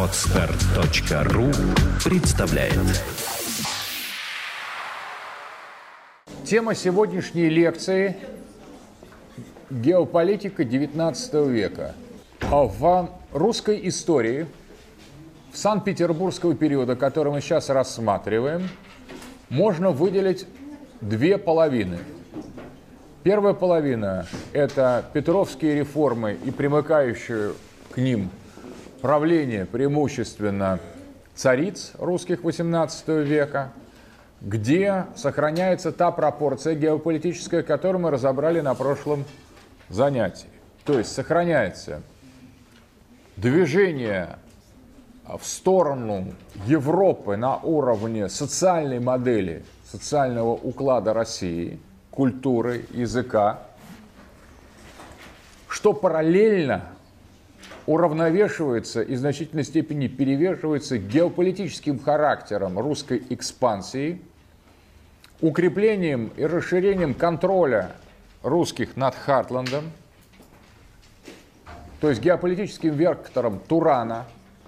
Podster.ru представляет. Тема сегодняшней лекции – геополитика XIX века. В русской истории, в Санкт-Петербургского периода, который мы сейчас рассматриваем, можно выделить две половины. Первая половина – это петровские реформы и примыкающее к ним правление преимущественно цариц русских XVIII века, где сохраняется та пропорция геополитическая, которую мы разобрали на прошлом занятии. То есть сохраняется движение в сторону Европы на уровне социальной модели, социального уклада России, культуры, языка, что параллельно уравновешивается и в значительной степени перевешивается геополитическим характером русской экспансии, укреплением и расширением контроля русских над Хартландом, то есть геополитическим вектором Турана,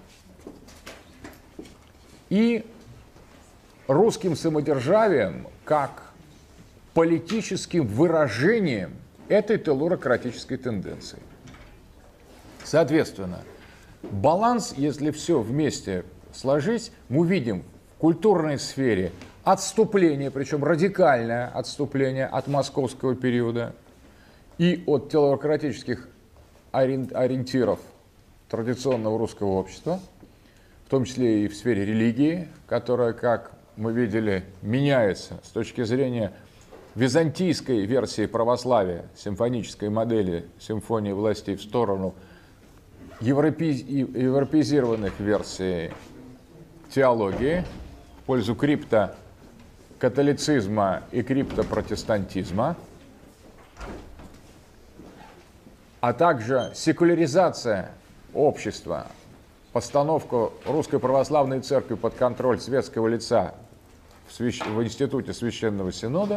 и русским самодержавием как политическим выражением этой телурократической тенденции. Соответственно, баланс, если все вместе сложить, мы видим в культурной сфере отступление, причем радикальное отступление от московского периода и от телурократических ориентиров традиционного русского общества, в том числе и в сфере религии, которая, как мы видели, меняется с точки зрения византийской версии православия, симфонической модели симфонии властей в сторону европеизированных версий теологии в пользу криптокатолицизма и криптопротестантизма, а также секуляризация общества, постановку Русской Православной Церкви под контроль светского лица в Институте Священного Синода,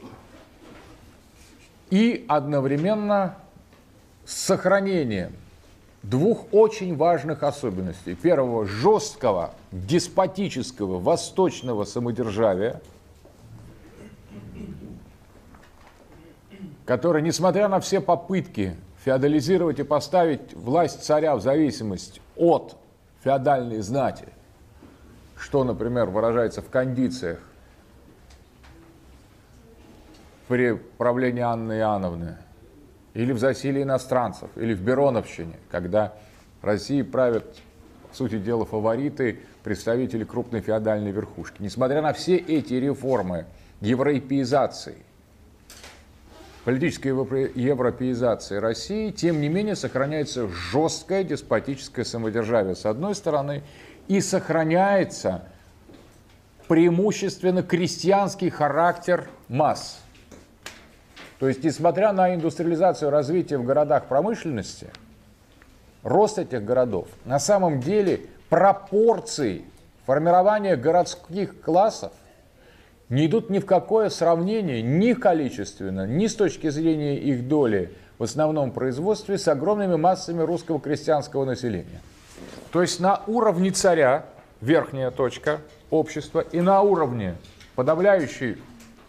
и одновременно с сохранением двух очень важных особенностей. Первого – жесткого, деспотического, восточного самодержавия, которое, несмотря на все попытки феодализировать и поставить власть царя в зависимость от феодальной знати, что, например, выражается в кондициях при правлении Анны Иоанновны, или в засилии иностранцев, или в Бероновщине, когда Россией правят, по сути дела, фавориты, представители крупной феодальной верхушки. Несмотря на все эти реформы европеизации, политической европеизации России, тем не менее сохраняется жесткое деспотическое самодержавие, с одной стороны, и сохраняется преимущественно крестьянский характер масс. То есть, несмотря на индустриализацию, развитие в городах промышленности, рост этих городов, на самом деле пропорции формирования городских классов не идут ни в какое сравнение, ни количественно, ни с точки зрения их доли в основном производстве с огромными массами русского крестьянского населения. То есть на уровне царя, верхняя точка общества, и на уровне подавляющих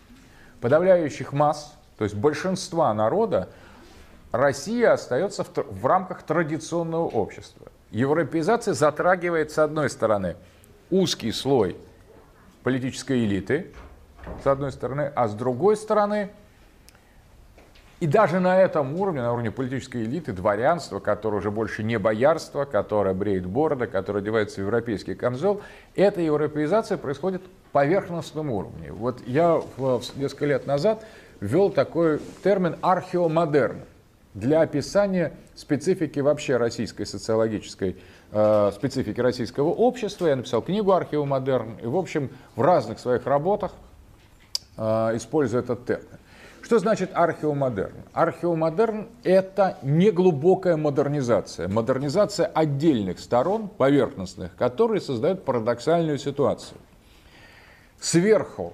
масс, то есть большинства народа, Россия остается в рамках традиционного общества. Европеизация затрагивает, с одной стороны, узкий слой политической элиты, с одной стороны, а с другой стороны, и даже на этом уровне, на уровне политической элиты, дворянства, которое уже больше не боярство, которое бреет бороды, которое одевается в европейский камзол, эта европеизация происходит в поверхностном уровне. Вот я несколько лет назад ввел такой термин «археомодерн» для описания специфики вообще российской социологической, специфики российского общества. Я написал книгу «Археомодерн» и, в общем, в разных своих работах использую этот термин. Что значит археомодерн? Археомодерн – это неглубокая модернизация. Модернизация отдельных сторон, поверхностных, которые создают парадоксальную ситуацию. Сверху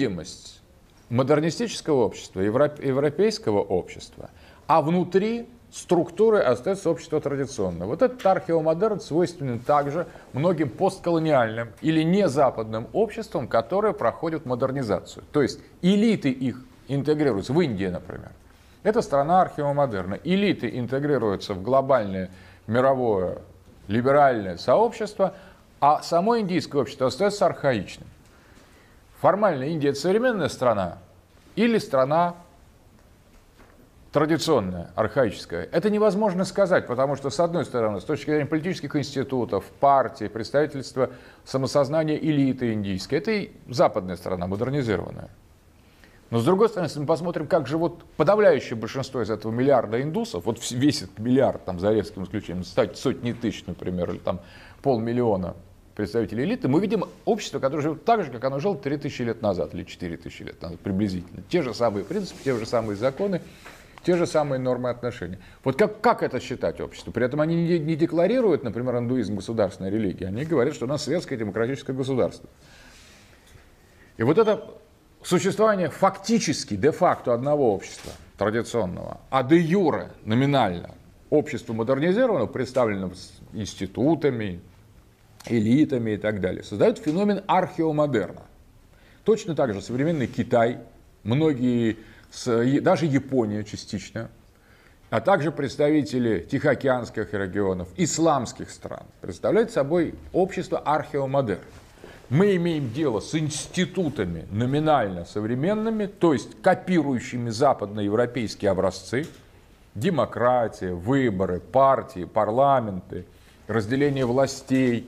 видимость модернистического общества, европейского общества, а внутри структурой остается общество традиционное. Вот этот археомодерн свойственен также многим постколониальным или незападным обществам, которые проходят модернизацию. То есть элиты их интегрируются. В Индии, например. Это страна археомодерна. Элиты интегрируются в глобальное мировое либеральное сообщество, а само индийское общество остается архаичным. Формально Индия — это современная страна или страна традиционная, архаическая. Это невозможно сказать, потому что, с одной стороны, с точки зрения политических институтов, партий, представительства самосознания элиты индийской, это и западная страна, модернизированная. Но, с другой стороны, если мы посмотрим, как живут подавляющее большинство из этого миллиарда индусов, вот весь этот миллиард, там, за редким исключением, сотни тысяч, например, или там 500 000 представителей элиты, мы видим общество, которое живет так же, как оно жило 3000 лет назад или 4000 лет назад, приблизительно. Те же самые принципы, те же самые законы, те же самые нормы отношений. Вот как это считать общество? При этом они не декларируют, например, индуизм государственной религии. Они говорят, что у нас светское демократическое государство. И вот это существование фактически, де-факто одного общества, традиционного, а де-юре, номинально, общество модернизированного, представленного институтами, элитами и так далее, создает феномен археомодерна. Точно так же современный Китай, многие, даже Япония частично, а также представители тихоокеанских регионов, исламских стран, представляют собой общество археомодерн. Мы имеем дело с институтами номинально современными, то есть копирующими западноевропейские образцы, демократия, выборы, партии, парламенты, разделение властей,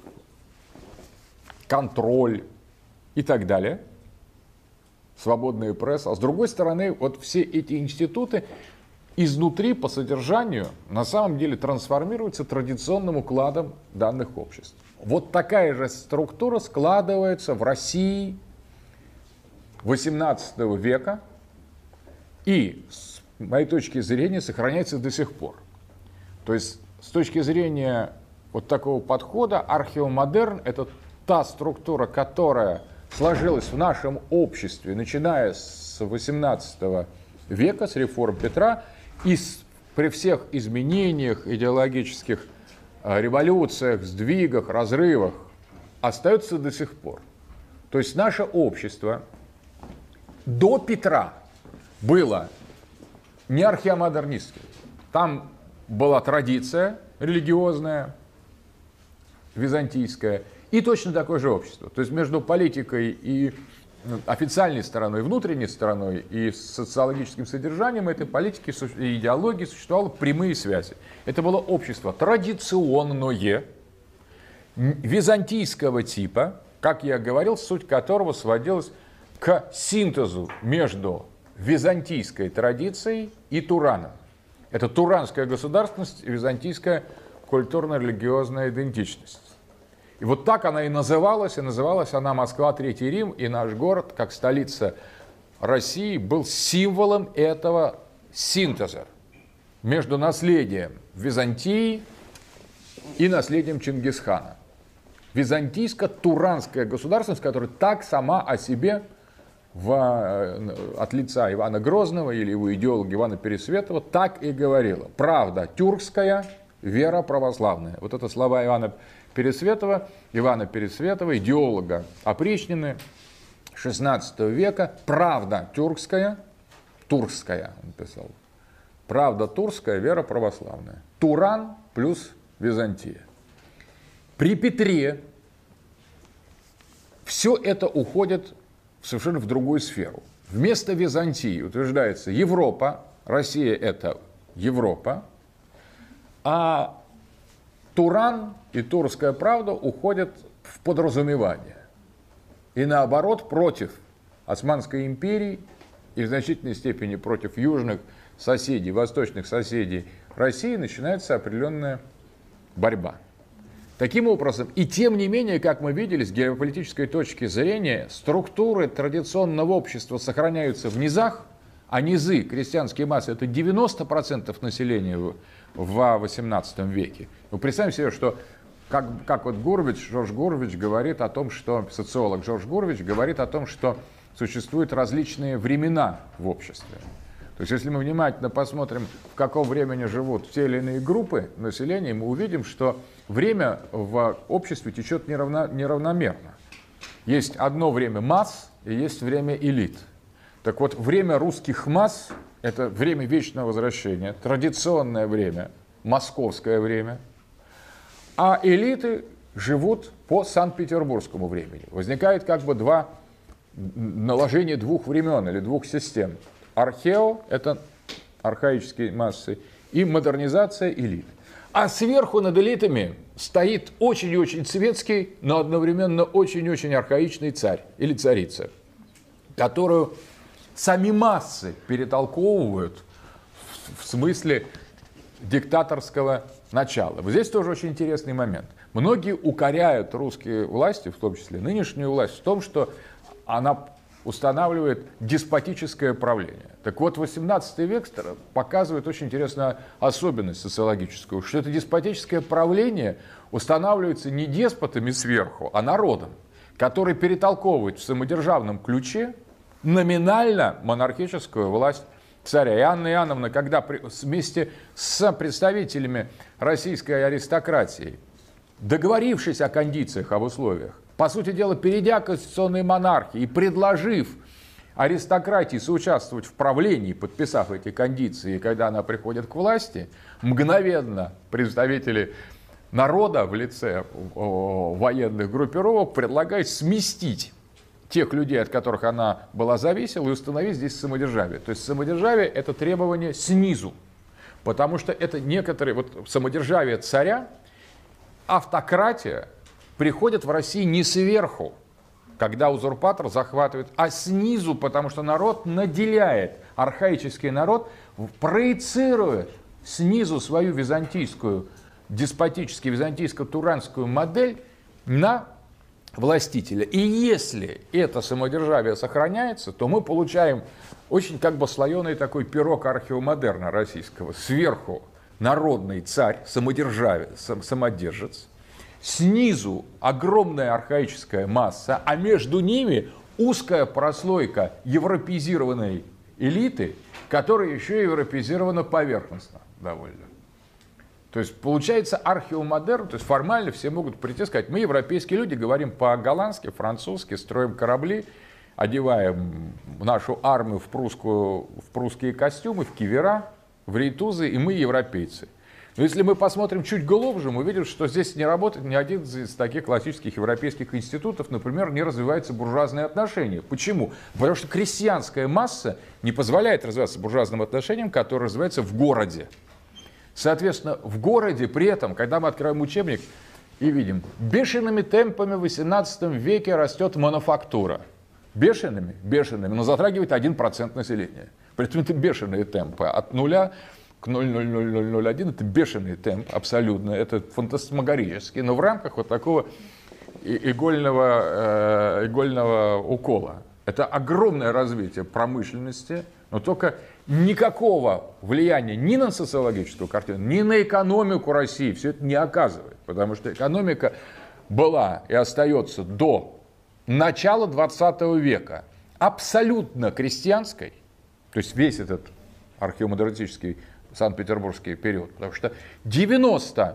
контроль и так далее, свободная пресса. А с другой стороны, вот все эти институты изнутри по содержанию на самом деле трансформируются традиционным укладом данных обществ. Вот такая же структура складывается в России XVIII века и, с моей точки зрения, сохраняется до сих пор. То есть, с точки зрения вот такого подхода, археомодерн — это та структура, которая сложилась в нашем обществе, начиная с XVIII века, с реформ Петра, и при всех изменениях идеологических, революциях, сдвигах, разрывах, остается до сих пор. То есть наше общество до Петра было не археомодернистским. Там была традиция религиозная, византийская, и точно такое же общество. То есть между политикой и официальной стороной, внутренней стороной и социологическим содержанием этой политики и идеологии существовали прямые связи. Это было общество традиционное, византийского типа, как я говорил, суть которого сводилась к синтезу между византийской традицией и Тураном. Это туранская государственность и византийская культурно-религиозная идентичность. И вот так она и называлась она Москва, Третий Рим, и наш город, как столица России, был символом этого синтеза между наследием Византии и наследием Чингисхана. Византийско-туранская государственность, которая так сама о себе от лица Ивана Грозного или его идеолога Ивана Пересветова так и говорила. Правда тюркская, вера православная. Вот это слова Ивана Пересветова, идеолога опричнины XVI века. Правда тюркская, турская, он писал. Правда турская, вера православная. Туран плюс Византия. При Петре все это уходит совершенно в другую сферу. Вместо Византии утверждается Европа, Россия — это Европа, а Туран и турская правда уходят в подразумевание. И наоборот, против Османской империи и в значительной степени против южных соседей, восточных соседей России начинается определенная борьба. Таким образом, и тем не менее, как мы видели, с геополитической точки зрения, структуры традиционного общества сохраняются в низах, а низы, крестьянские массы, это 90% населения в XVIII веке. Ну, представим себе, что как вот Жорж Гурвич говорит о том, что, социолог Жорж Гурвич говорит о том, что существуют различные времена в обществе. То есть, если мы внимательно посмотрим, в каком времени живут те или иные группы населения, мы увидим, что время в обществе течет неравномерно. Есть одно время масс и есть время элит. Так вот, время русских масс – это время вечного возвращения, традиционное время, московское время, а элиты живут по Санкт-Петербургскому времени. Возникает как бы наложение двух времен или двух систем. Архео – это архаические массы, и модернизация элит. А сверху над элитами стоит очень и очень светский, но одновременно очень-очень архаичный царь или царица, которую сами массы перетолковывают в смысле диктаторского начала. Вот здесь тоже очень интересный момент. Многие укоряют русские власти, в том числе нынешнюю власть, в том, что она устанавливает деспотическое правление. Так вот, 18 век показывает очень интересную особенность социологическую, что это деспотическое правление устанавливается не деспотами сверху, а народом, который перетолковывает в самодержавном ключе номинально монархическую власть царя. И Анна Иоанновна, когда вместе с представителями российской аристократии, договорившись о кондициях, об условиях, по сути дела, перейдя к конституционной монархии и предложив аристократии соучаствовать в правлении, подписав эти кондиции, когда она приходит к власти, мгновенно представители народа в лице военных группировок предлагают сместить тех людей, от которых она была зависела, и установить здесь самодержавие. То есть самодержавие – это требование снизу, потому что это некоторые, вот самодержавие царя, автократия приходит в России не сверху, когда узурпатор захватывает, а снизу, потому что народ наделяет, архаический народ проецирует снизу свою византийскую, деспотически византийско-туранскую модель на властителя. И если это самодержавие сохраняется, то мы получаем очень как бы слоеный такой пирог археомодерна российского. Сверху народный царь, самодержавец, самодержец. Снизу огромная архаическая масса, а между ними узкая прослойка европеизированной элиты, которая еще и европеизирована поверхностно довольно. То есть получается археомодерн, то есть формально все могут прийти и сказать, мы европейские люди, говорим по-голландски, французски, строим корабли, одеваем нашу армию в прусские костюмы, в кивера, в рейтузы, и мы европейцы. Но если мы посмотрим чуть глубже, мы увидим, что здесь не работает ни один из таких классических европейских институтов, например, не развиваются буржуазные отношения. Почему? Потому что крестьянская масса не позволяет развиваться буржуазным отношениям, которые развиваются в городе. Соответственно, в городе при этом, когда мы открываем учебник и видим, бешеными темпами в 18 веке растет мануфактура. Бешеными, но затрагивает 1% населения. При этом это бешеные темпы. От нуля к 0,00001 это бешеный темп, абсолютно, это фантасмагорический, но в рамках вот такого игольного укола. Это огромное развитие промышленности, но только никакого влияния ни на социологическую картину, ни на экономику России все это не оказывает, потому что экономика была и остается до начала 20 века абсолютно крестьянской, то есть весь этот археомодернистический Санкт-Петербургский период, потому что 95%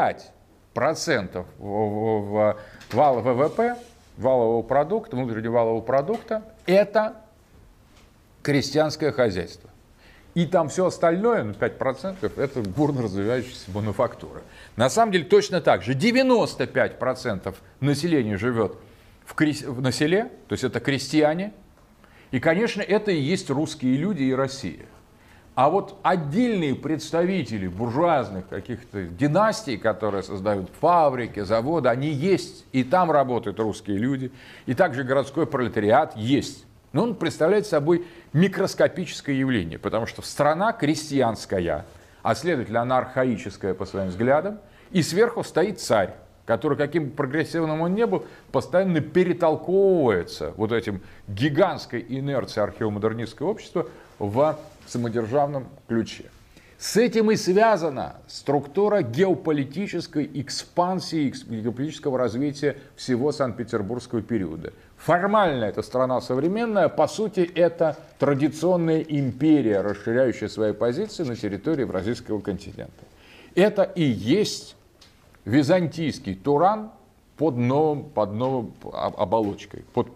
вала ВВП, валового продукта, внутреннего валового продукта – это крестьянское хозяйство. И там все остальное, 5%, это бурно развивающаяся мануфактура. На самом деле точно так же 95% населения живет на селе, то есть это крестьяне. И, конечно, это и есть русские люди и Россия. А вот отдельные представители буржуазных каких-то династий, которые создают фабрики, заводы, они есть. И там работают русские люди. И также городской пролетариат есть. Но он представляет собой микроскопическое явление, потому что страна крестьянская, а следовательно она архаическая по своим взглядам, и сверху стоит царь, который, каким бы прогрессивным он ни был, постоянно перетолковывается вот этим гигантской инерцией археомодернистского общества в самодержавном ключе. С этим и связана структура геополитической экспансии, геополитического развития всего Санкт-Петербургского периода. Формально это страна современная, по сути это традиционная империя, расширяющая свои позиции на территории Евразийского континента. Это и есть византийский Туран под новой оболочкой, под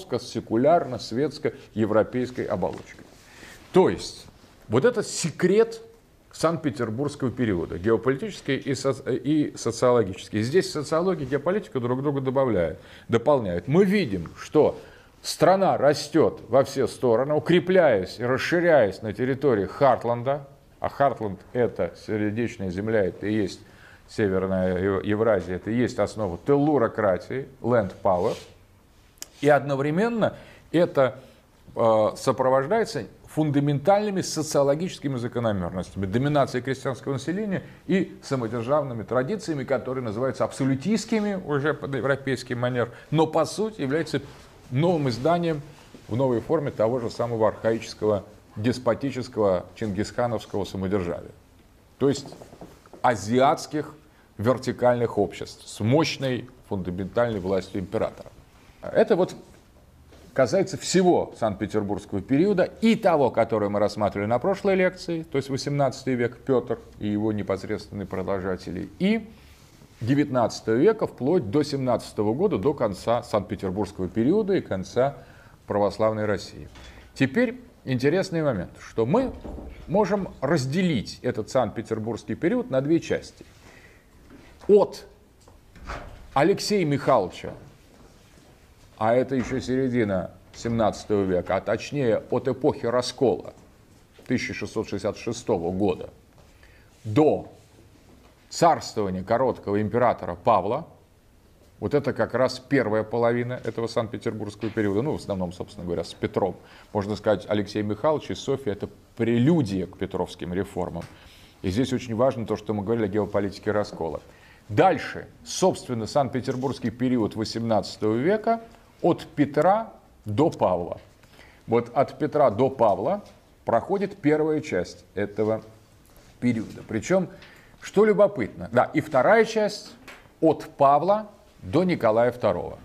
петровско-секулярно-светско-европейской оболочкой. То есть вот этот секрет Санкт-Петербургского периода, геополитический и социологический. Здесь социология и геополитика друг друга дополняют. Мы видим, что страна растет во все стороны, укрепляясь и расширяясь на территории Хартленда, а Хартланд — это сердечная земля, это и есть Северная Евразия, это и есть основа теллурократии, land power, и одновременно это сопровождается фундаментальными социологическими закономерностями, доминацией крестьянского населения и самодержавными традициями, которые называются абсолютистскими, уже под европейский манер, но по сути являются новым изданием в новой форме того же самого архаического, деспотического, чингисхановского самодержавия. То есть азиатских вертикальных обществ с мощной фундаментальной властью императора. Это вот касается всего Санкт-Петербургского периода и того, который мы рассматривали на прошлой лекции, то есть 18 век Петр и его непосредственные продолжатели, и 19 века вплоть до 17 года, до конца Санкт-Петербургского периода и конца православной России. Теперь интересный момент, что мы можем разделить этот Санкт-Петербургский период на две части. От Алексея Михайловича, а это еще середина 17 века, а точнее от эпохи раскола 1666 года до царствования короткого императора Павла, вот это как раз первая половина этого Санкт-Петербургского периода, ну, в основном, собственно говоря, с Петром. Можно сказать, Алексей Михайлович и Софья — это прелюдия к петровским реформам. И здесь очень важно то, что мы говорили о геополитике раскола. Дальше, собственно, Санкт-Петербургский период 18 века от Петра до Павла. Вот от Петра до Павла проходит первая часть этого периода. Причем, что любопытно, да, и вторая часть от Павла до Николая II.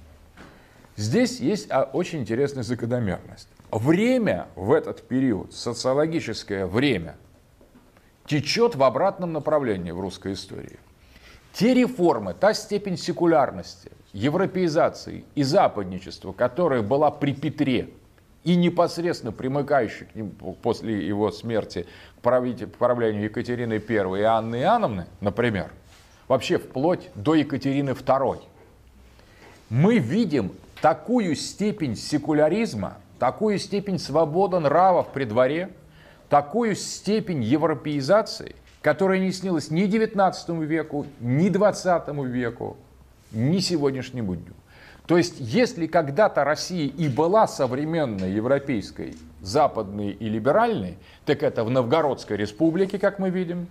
Здесь есть очень интересная закономерность. Время в этот период, социологическое время, течет в обратном направлении в русской истории. Те реформы, та степень секулярности, европеизации и западничества, которая была при Петре и непосредственно примыкающей к ним после его смерти к правлению Екатерины I и Анны Иоанновны, например, вообще вплоть до Екатерины II, мы видим такую степень секуляризма, такую степень свободы нравов при дворе, такую степень европеизации, которая не снилась ни XIX веку, ни XX веку, ни сегодняшнему дню. То есть, если когда-то Россия и была современной, европейской, западной и либеральной, так это в Новгородской республике, как мы видим,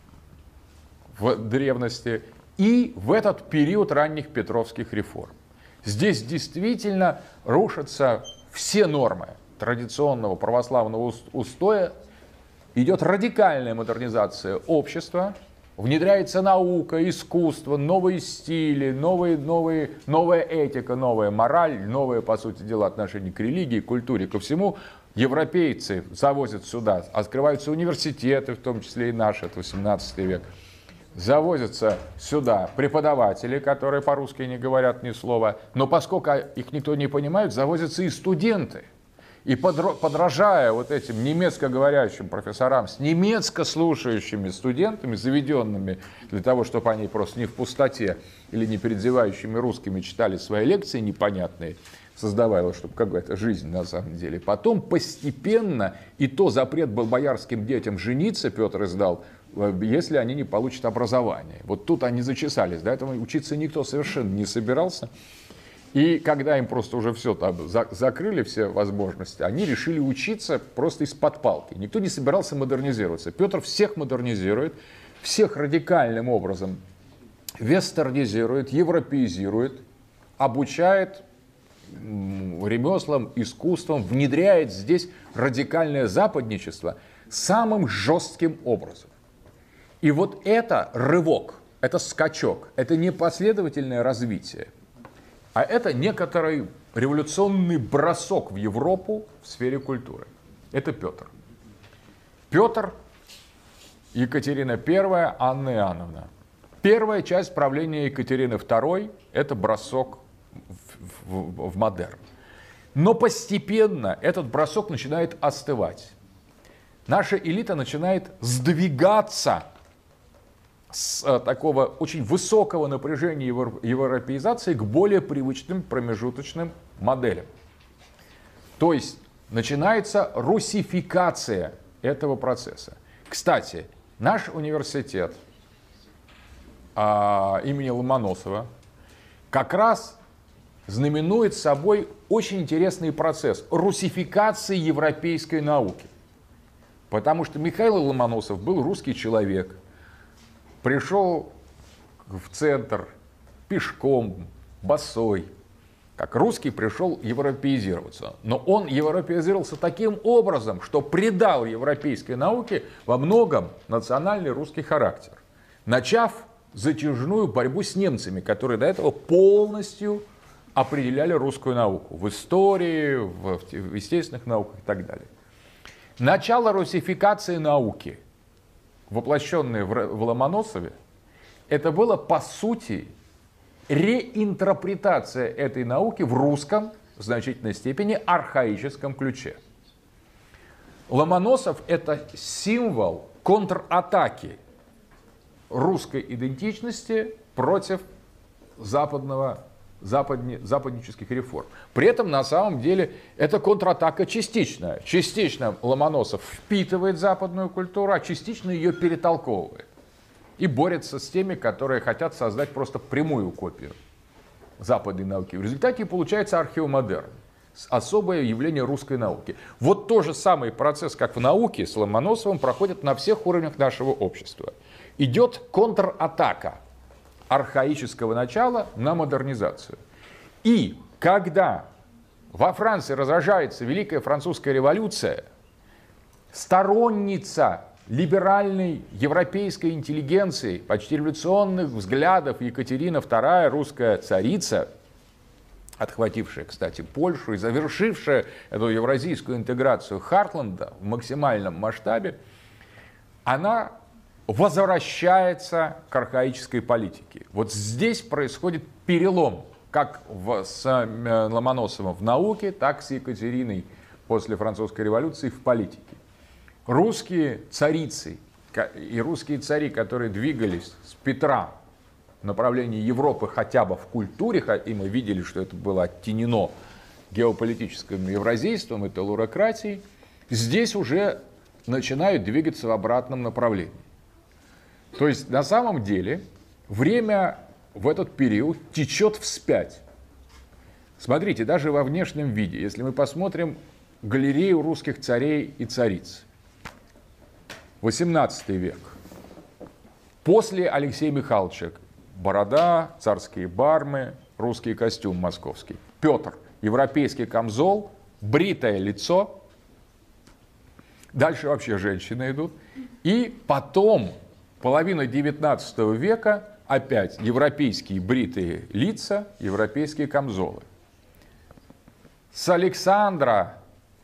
в древности, и в этот период ранних петровских реформ. Здесь действительно рушатся все нормы традиционного православного устоя, идет радикальная модернизация общества, внедряется наука, искусство, новые стили, новая этика, новая мораль, новые, по сути дела, отношения к религии, культуре, ко всему. Европейцы завозят сюда, открываются университеты, в том числе и наши, это 18 век. Завозятся сюда преподаватели, которые по-русски не говорят ни слова, но поскольку их никто не понимает, завозятся и студенты. И подражая вот этим немецко-говорящим профессорам с немецко слушающими студентами, заведенными для того, чтобы они просто не в пустоте или не перед зевающими русскими читали свои лекции непонятные, создавая, чтобы какая-то жизнь на самом деле. Потом постепенно, и то запрет был боярским детям жениться, Петр издал, если они не получат образование. Вот тут они зачесались, до этого учиться никто совершенно не собирался. И когда им просто уже все там закрыли, все возможности, они решили учиться просто из-под палки. Никто не собирался модернизироваться. Петр всех модернизирует, всех радикальным образом вестернизирует, европеизирует, обучает ремеслам, искусствам, внедряет здесь радикальное западничество самым жестким образом. И вот это рывок, это скачок, это не последовательное развитие, а это некоторый революционный бросок в Европу в сфере культуры. Это Петр. Петр, Екатерина I, Анна Иоанновна. Первая часть правления Екатерины II – это бросок в модерн. Но постепенно этот бросок начинает остывать. Наша элита начинает сдвигаться с такого очень высокого напряжения европеизации к более привычным промежуточным моделям. То есть начинается русификация этого процесса. Кстати, наш университет имени Ломоносова как раз знаменует собой очень интересный процесс русификации европейской науки. Потому что Михаил Ломоносов был русский человек, пришел в центр пешком, босой, как русский пришел европеизироваться. Но он европеизировался таким образом, что придал европейской науке во многом национальный русский характер, начав затяжную борьбу с немцами, которые до этого полностью определяли русскую науку в истории, в естественных науках и так далее. Начало русификации науки, воплощенное в Ломоносове, это было, по сути, реинтерпретация этой науки в русском, в значительной степени, архаическом ключе. Ломоносов – это символ контратаки русской идентичности против западнических реформ. При этом, на самом деле, это контратака частичная. Частично Ломоносов впитывает западную культуру, а частично ее перетолковывает. И борется с теми, которые хотят создать просто прямую копию западной науки. В результате получается археомодерн. Особое явление русской науки. Вот тот же самый процесс, как в науке с Ломоносовым, проходит на всех уровнях нашего общества. Идет контратака архаического начала на модернизацию. И когда во Франции разражается Великая Французская революция, сторонница либеральной европейской интеллигенции, почти революционных взглядов Екатерина II, русская царица, отхватившая, кстати, Польшу и завершившая эту евразийскую интеграцию Хартланда в максимальном масштабе, она возвращается к архаической политике. Вот здесь происходит перелом, как с Ломоносовым в науке, так с Екатериной после французской революции в политике. Русские царицы и русские цари, которые двигались с Петра в направлении Европы хотя бы в культуре, и мы видели, что это было оттенено геополитическим евразийством и телурократией, здесь уже начинают двигаться в обратном направлении. То есть на самом деле время в этот период течет вспять. Смотрите, даже во внешнем виде, если мы посмотрим галерею русских царей и цариц, 18 век, после Алексея Михайловича, борода, царские бармы, русский костюм московский. Петр, европейский камзол, бритое лицо, дальше вообще женщины идут, и потом половина 19 века опять европейские бритые лица, европейские камзолы. С Александра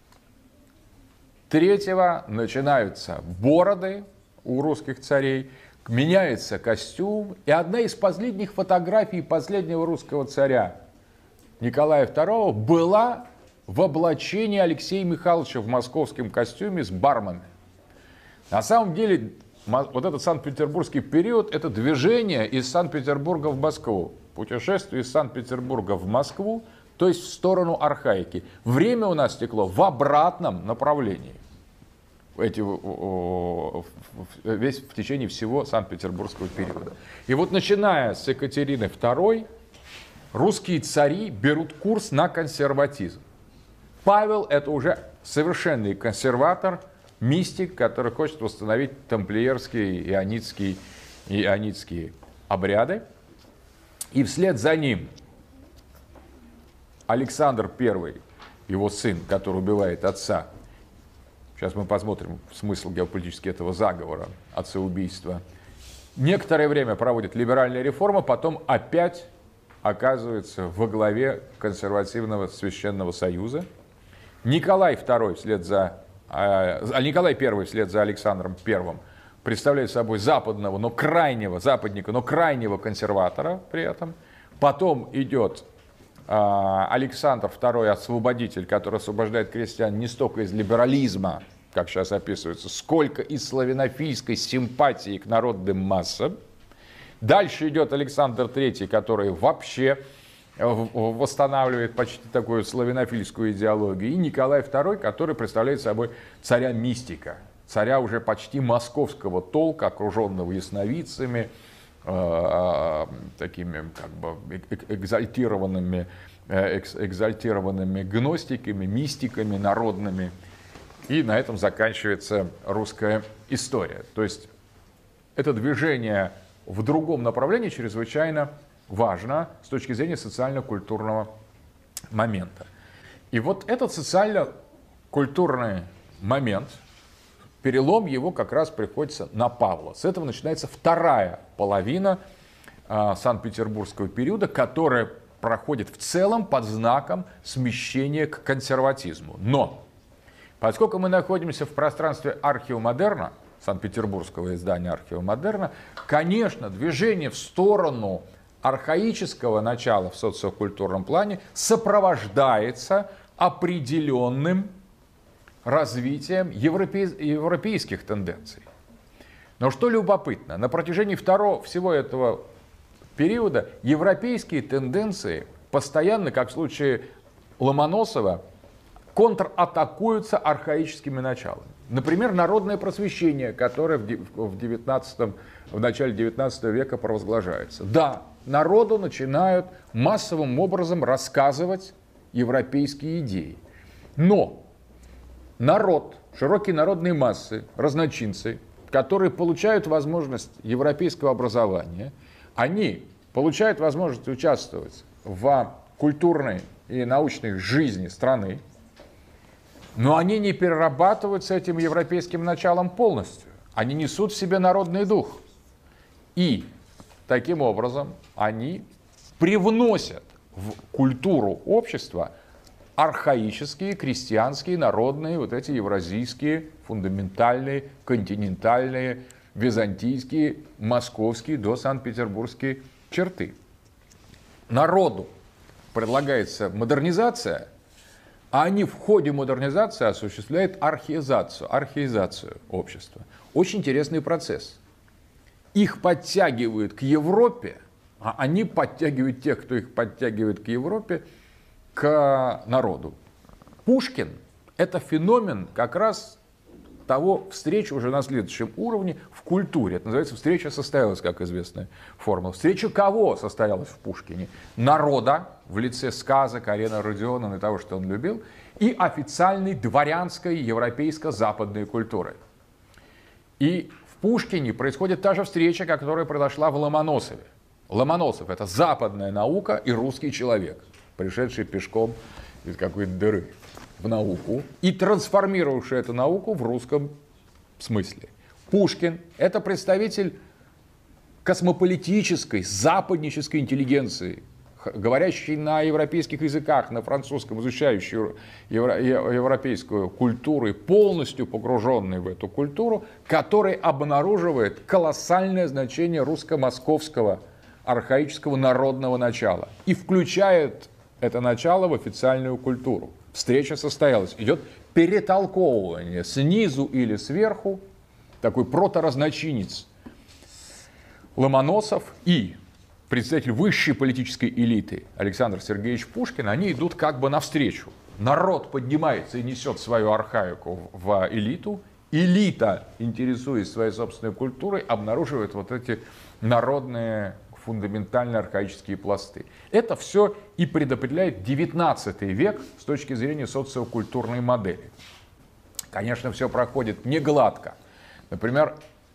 III начинаются бороды у русских царей, меняется костюм. И одна из последних фотографий последнего русского царя Николая II была в облачении Алексея Михайловича в московском костюме с бармами. На самом деле, вот этот санкт-петербургский период – это движение из Санкт-Петербурга в Москву. Путешествие из Санкт-Петербурга в Москву, то есть в сторону архаики. Время у нас текло в обратном направлении. В течение всего Санкт-Петербургского периода. И вот начиная с Екатерины II, русские цари берут курс на консерватизм. Павел – это уже совершенный консерватор, мистик, который хочет восстановить тамплиерские и ионитские обряды. И вслед за ним Александр I, его сын, который убивает отца. Сейчас мы посмотрим смысл геополитический этого заговора, отцеубийства. Некоторое время проводит либеральные реформы, потом опять оказывается во главе консервативного Священного Союза. Николай I вслед за Александром I представляет собой западного, но крайнего западника, но крайнего консерватора при этом. Потом идет Александр II, освободитель, который освобождает крестьян не столько из либерализма, как сейчас описывается, сколько из славянофильской симпатии к народным массам. Дальше идет Александр III, который вообще восстанавливает почти такую славянофильскую идеологию. И Николай II, который представляет собой царя-мистика, царя уже почти московского толка, окруженного ясновидцами, такими как бы экзальтированными гностиками, мистиками народными. И на этом заканчивается русская история. То есть это движение в другом направлении чрезвычайно важно с точки зрения социально-культурного момента. И вот этот социально-культурный момент, перелом его как раз приходится на Павла. С этого начинается вторая половина Санкт-Петербургского периода, которая проходит в целом под знаком смещения к консерватизму. Но поскольку мы находимся в пространстве археомодерна, Санкт-Петербургского издания археомодерна, конечно, движение в сторону архаического начала в социокультурном плане сопровождается определенным развитием европейских тенденций. Но что любопытно, на протяжении всего этого периода европейские тенденции постоянно, как в случае Ломоносова, контратакуются архаическими началами. Например, народное просвещение, которое в начале 19 века провозглашается. Да, народу начинают массовым образом рассказывать европейские идеи. Но народ, широкие народные массы, разночинцы, которые получают возможность европейского образования, они получают возможность участвовать в культурной и научной жизни страны, но они не перерабатывают с этим европейским началом полностью. Они несут в себе народный дух. И таким образом они привносят в культуру общества архаические, крестьянские, народные, вот эти евразийские, фундаментальные, континентальные, византийские, московские, до Санкт-Петербургские черты. Народу предлагается модернизация, а они в ходе модернизации осуществляют архаизацию общества. Очень интересный процесс. Их подтягивают к Европе, а они подтягивают тех, кто их подтягивает к Европе, к народу. Пушкин – это феномен как раз того встречи уже на следующем уровне в культуре. Это называется «встреча состоялась», как известная формула. Встреча кого состоялась в Пушкине? Народа в лице сказок Арены Родионовны и того, что он любил, и официальной дворянской европейско-западной культуры. И в Пушкине происходит та же встреча, которая произошла в Ломоносове. Ломоносов – это западная наука и русский человек, пришедший пешком из какой-то дыры в науку и трансформировавший эту науку в русском смысле. Пушкин – это представитель космополитической, западнической интеллигенции, говорящий на европейских языках, на французском, изучающий европейскую культуру и полностью погруженный в эту культуру, который обнаруживает колоссальное значение русско-московского архаического народного начала и включает это начало в официальную культуру. Встреча состоялась. Идет перетолковывание снизу или сверху, такой проторазночинец Ломоносов и представитель высшей политической элиты Александр Сергеевич Пушкин, они идут как бы навстречу. Народ поднимается и несет свою архаику в элиту. Элита, интересуясь своей собственной культурой, обнаруживает вот эти народные фундаментальные архаические пласты. Это все и предопределяет 19 век с точки зрения социокультурной модели. Конечно, все проходит не гладко. Например,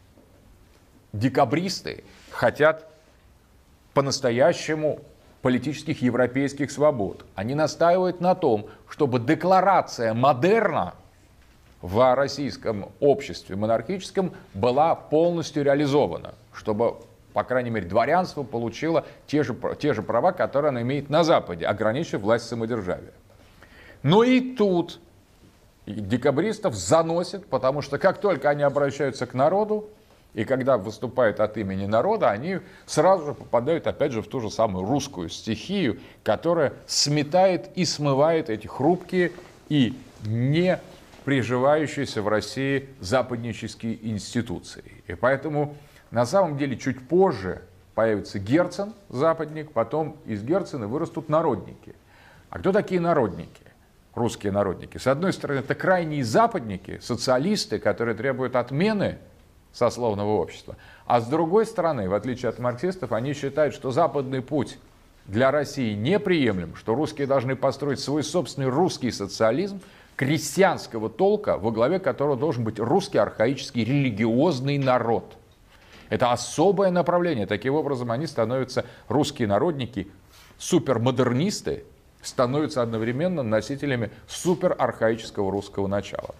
декабристы хотят по-настоящему политических европейских свобод. Они настаивают на том, чтобы декларация модерна в российском обществе монархическом была полностью реализована, чтобы по крайней мере, дворянство получило те же права, которые оно имеет на Западе, ограничив власть самодержавия. Но и тут декабристов заносит, потому что как только они обращаются к народу, и когда выступают от имени народа, они сразу же попадают, опять же, в ту же самую русскую стихию, которая сметает и смывает эти хрупкие и не приживающиеся в России западнические институции. И поэтому на самом деле чуть позже появится Герцен, западник, потом из Герцена вырастут народники. А кто такие народники? Русские народники. С одной стороны, это крайние западники, социалисты, которые требуют отмены сословного общества. А с другой стороны, в отличие от марксистов, они считают, что западный путь для России неприемлем, что русские должны построить свой собственный русский социализм крестьянского толка, во главе которого должен быть русский архаический религиозный народ. Это особое направление. Таким образом, они становятся, русские народники, супермодернисты, становятся одновременно носителями суперархаического русского начала.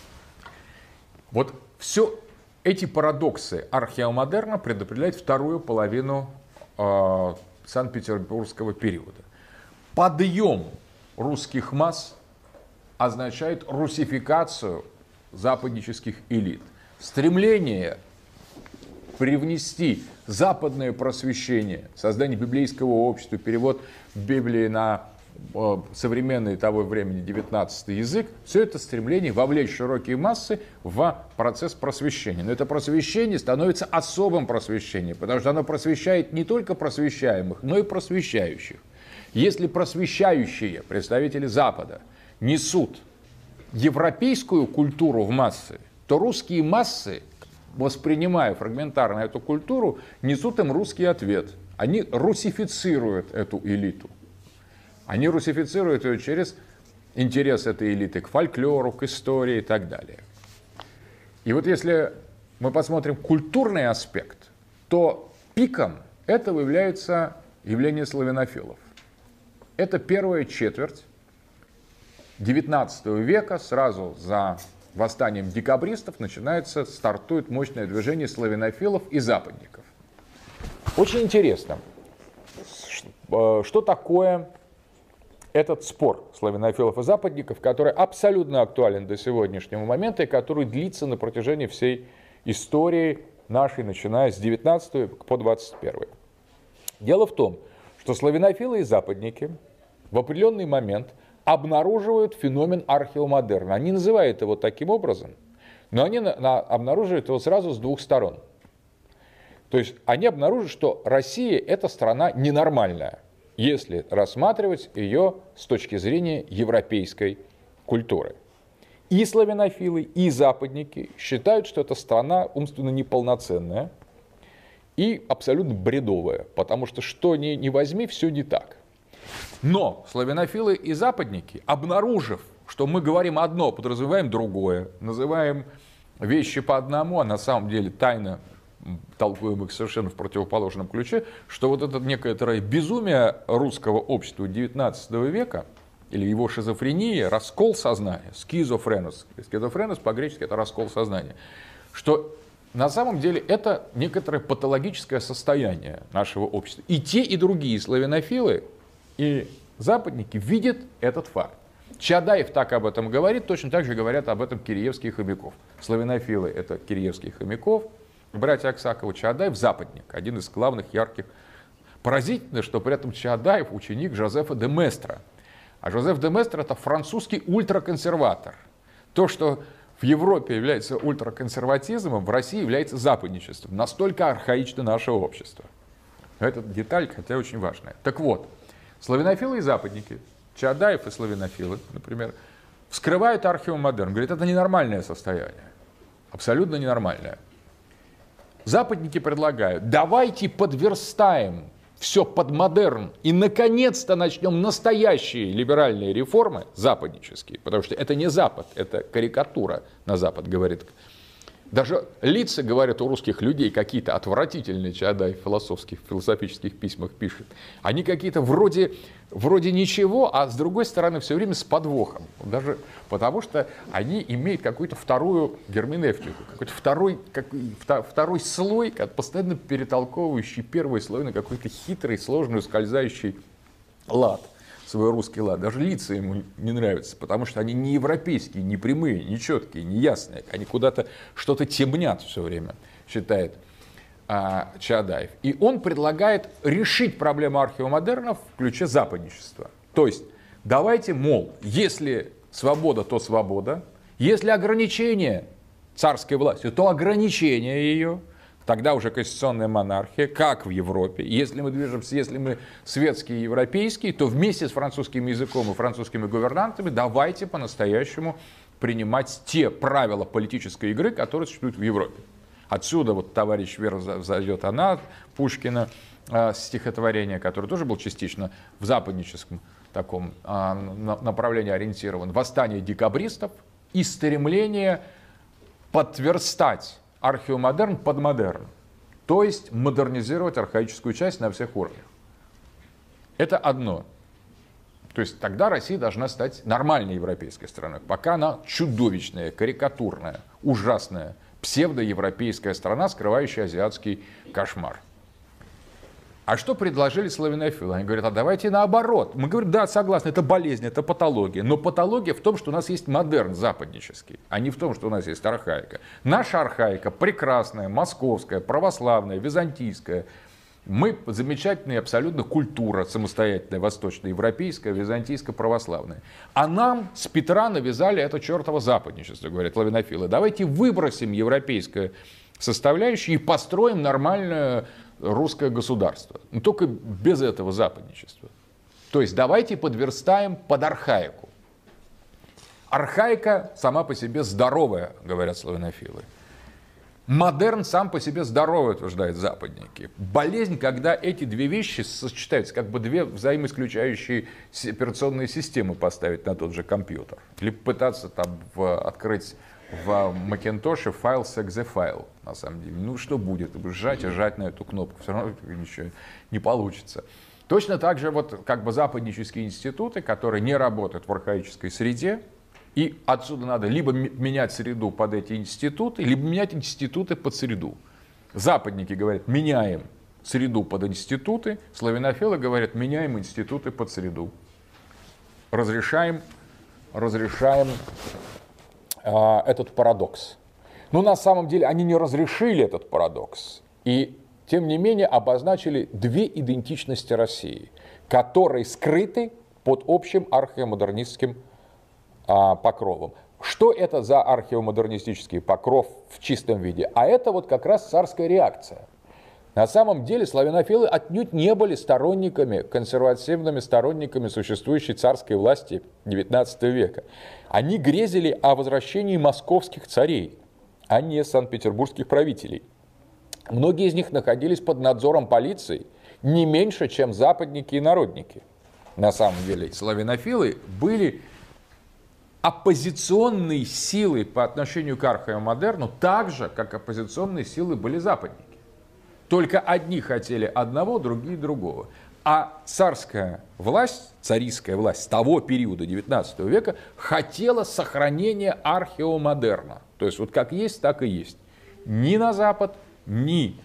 Вот все эти парадоксы археомодерна предопределяют вторую половину Санкт-Петербургского периода. Подъем русских масс означает русификацию западнических элит. Стремление привнести западное просвещение, создание библейского общества, перевод Библии на современный того времени 19 язык, все это стремление вовлечь широкие массы в процесс просвещения. Но это просвещение становится особым просвещением, потому что оно просвещает не только просвещаемых, но и просвещающих. Если просвещающие представители Запада несут европейскую культуру в массы, то русские массы, воспринимая фрагментарно эту культуру, несут им русский ответ. Они русифицируют эту элиту. Они русифицируют ее через интерес этой элиты к фольклору, к истории и так далее. И вот если мы посмотрим культурный аспект, то пиком этого является явление славянофилов. Это первая четверть XIX века, сразу за восстанием декабристов стартует мощное движение славянофилов и западников. Очень интересно, что такое этот спор славянофилов и западников, который абсолютно актуален до сегодняшнего момента и который длится на протяжении всей истории нашей, начиная с 19 по 21. Дело в том, что славянофилы и западники в определенный момент обнаруживают феномен археомодерна. Они называют его таким образом, но они обнаруживают его сразу с двух сторон. То есть они обнаруживают, что Россия – это страна ненормальная, если рассматривать ее с точки зрения европейской культуры. И славянофилы, и западники считают, что эта страна умственно неполноценная и абсолютно бредовая, потому что ни возьми, все не так. Но славянофилы и западники, обнаружив, что мы говорим одно, подразумеваем другое, называем вещи по одному, а на самом деле тайно толкуем их совершенно в противоположном ключе, что вот это некоторое безумие русского общества XIX века, или его шизофрения, раскол сознания, скизофренос по-гречески это раскол сознания, что на самом деле это некоторое патологическое состояние нашего общества. И те, и другие славянофилы и западники видят этот факт. Чаадаев так об этом говорит, точно так же говорят об этом Киреевский и Хомяков. Славянофилы — это Киреевский и Хомяков, братья Аксаковы, Чаадаев — западник, один из главных ярких. Поразительно, что при этом Чаадаев — ученик Жозефа де Местра. А Жозеф де Местр — это французский ультраконсерватор. То, что в Европе является ультраконсерватизмом, в России является западничеством. Настолько архаично наше общество. Эта деталь, хотя очень важная. Так вот, славянофилы и западники, Чаадаев и славянофилы, например, вскрывают археомодерн. Говорят, это ненормальное состояние. Абсолютно ненормальное. Западники предлагают, давайте подверстаем все под модерн и наконец-то начнем настоящие либеральные реформы, западнические, потому что это не Запад, это карикатура на Запад, говорит Даже лица, говорят, у русских людей какие-то отвратительные, Чаадаев в философических письмах пишет. Они какие-то вроде ничего, а с другой стороны все время с подвохом. Даже потому что они имеют какую-то вторую герменевтику, какой-то второй слой, постоянно перетолковывающий первый слой на какой-то хитрый, сложный, ускользающий лад. Свой русский лад. Даже лица ему не нравятся, потому что они не европейские, не прямые, не четкие, не ясные. Они куда-то что-то темнят все время, считает Чаадаев. И он предлагает решить проблему археомодерна в ключе западничества. То есть, давайте, мол, если свобода, то свобода. Если ограничение царской власти, то ограничение ее. Тогда уже конституционная монархия, как в Европе. Если мы движемся, если мы светские и европейские, то вместе с французским языком и французскими гувернантами давайте по-настоящему принимать те правила политической игры, которые существуют в Европе. Отсюда вот товарищ «Вера взойдет она» Пушкина, стихотворение, которое тоже было частично в западническом таком направлении ориентирован. Восстание декабристов и стремление подверстать археомодерн под модерн, то есть модернизировать архаическую часть на всех уровнях. Это одно. То есть тогда Россия должна стать нормальной европейской страной. Пока она чудовищная, карикатурная, ужасная, псевдоевропейская страна, скрывающая азиатский кошмар. А что предложили славянофилы? Они говорят, а давайте наоборот. Мы говорим, да, согласны, это болезнь, это патология. Но патология в том, что у нас есть модерн западнический, а не в том, что у нас есть архаика. Наша архаика прекрасная, московская, православная, византийская. Мы замечательная абсолютно культура, самостоятельная, восточноевропейская, византийско-православная. А нам с Петра навязали это чертово западничество, говорят славянофилы. Давайте выбросим европейское составляющее и построим нормальное русское государство. Но только без этого западничества. То есть давайте подверстаем под архаику. Архаика сама по себе здоровая, говорят славянофилы. Модерн сам по себе здоровый, утверждают западники. Болезнь, когда эти две вещи сочетаются, как бы две взаимоисключающие операционные системы поставить на тот же компьютер. Или пытаться там открыть в Макинтоше файл с .exe-файл, на самом деле. Ну, что будет? Жать и жать на эту кнопку. Все равно ничего не получится. Точно так же вот как бы западнические институты, которые не работают в архаической среде, и отсюда надо либо менять среду под эти институты, либо менять институты под среду. Западники говорят, меняем среду под институты, славянофилы говорят, меняем институты под среду. Разрешаем этот парадокс. Но на самом деле они не разрешили этот парадокс. И тем не менее обозначили две идентичности России, которые скрыты под общим археомодернистским покровом. Что это за археомодернистический покров в чистом виде? А это вот как раз царская реакция. На самом деле славянофилы отнюдь не были сторонниками, консервативными сторонниками существующей царской власти XIX века. Они грезили о возвращении московских царей, а не санкт-петербургских правителей. Многие из них находились под надзором полиции не меньше, чем западники и народники. На самом деле славянофилы были оппозиционной силой по отношению к археомодерну, так же, как оппозиционные силы были западники. Только одни хотели одного, другие другого. А царская власть, царистская власть того периода XIX века хотела сохранения археомодерна. То есть вот как есть, так и есть. Ни на Запад, ни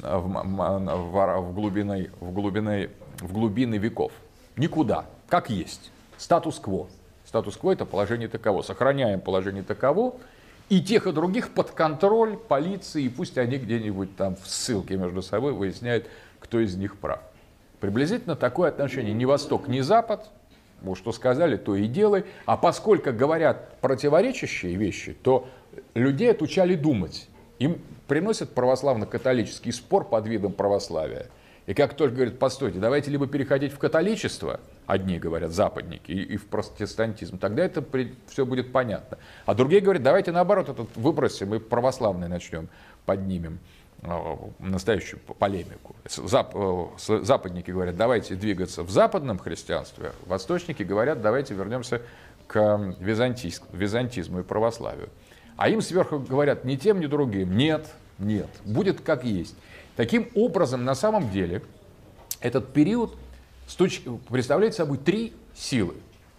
в глубины веков. Никуда. Как есть. Статус-кво. Статус-кво – это положение таково. Сохраняем положение таково. И тех, и других под контроль полиции, и пусть они где-нибудь там в ссылке между собой выясняют, кто из них прав. Приблизительно такое отношение ни Восток, ни Запад. Вот что сказали, то и делай. А поскольку говорят противоречащие вещи, то людей отучали думать. Им приносят православно-католический спор под видом православия. И как только говорят, постойте, давайте либо переходить в католичество, одни говорят, западники, и в протестантизм, тогда это все будет понятно. А другие говорят, давайте наоборот этот выбросим и православный начнем, поднимем настоящую полемику. Западники говорят, давайте двигаться в западном христианстве, восточники говорят, давайте вернемся к византизму и православию. А им сверху говорят ни тем, ни другим. Нет, нет, будет как есть. Таким образом, на самом деле, этот период представляет собой три силы.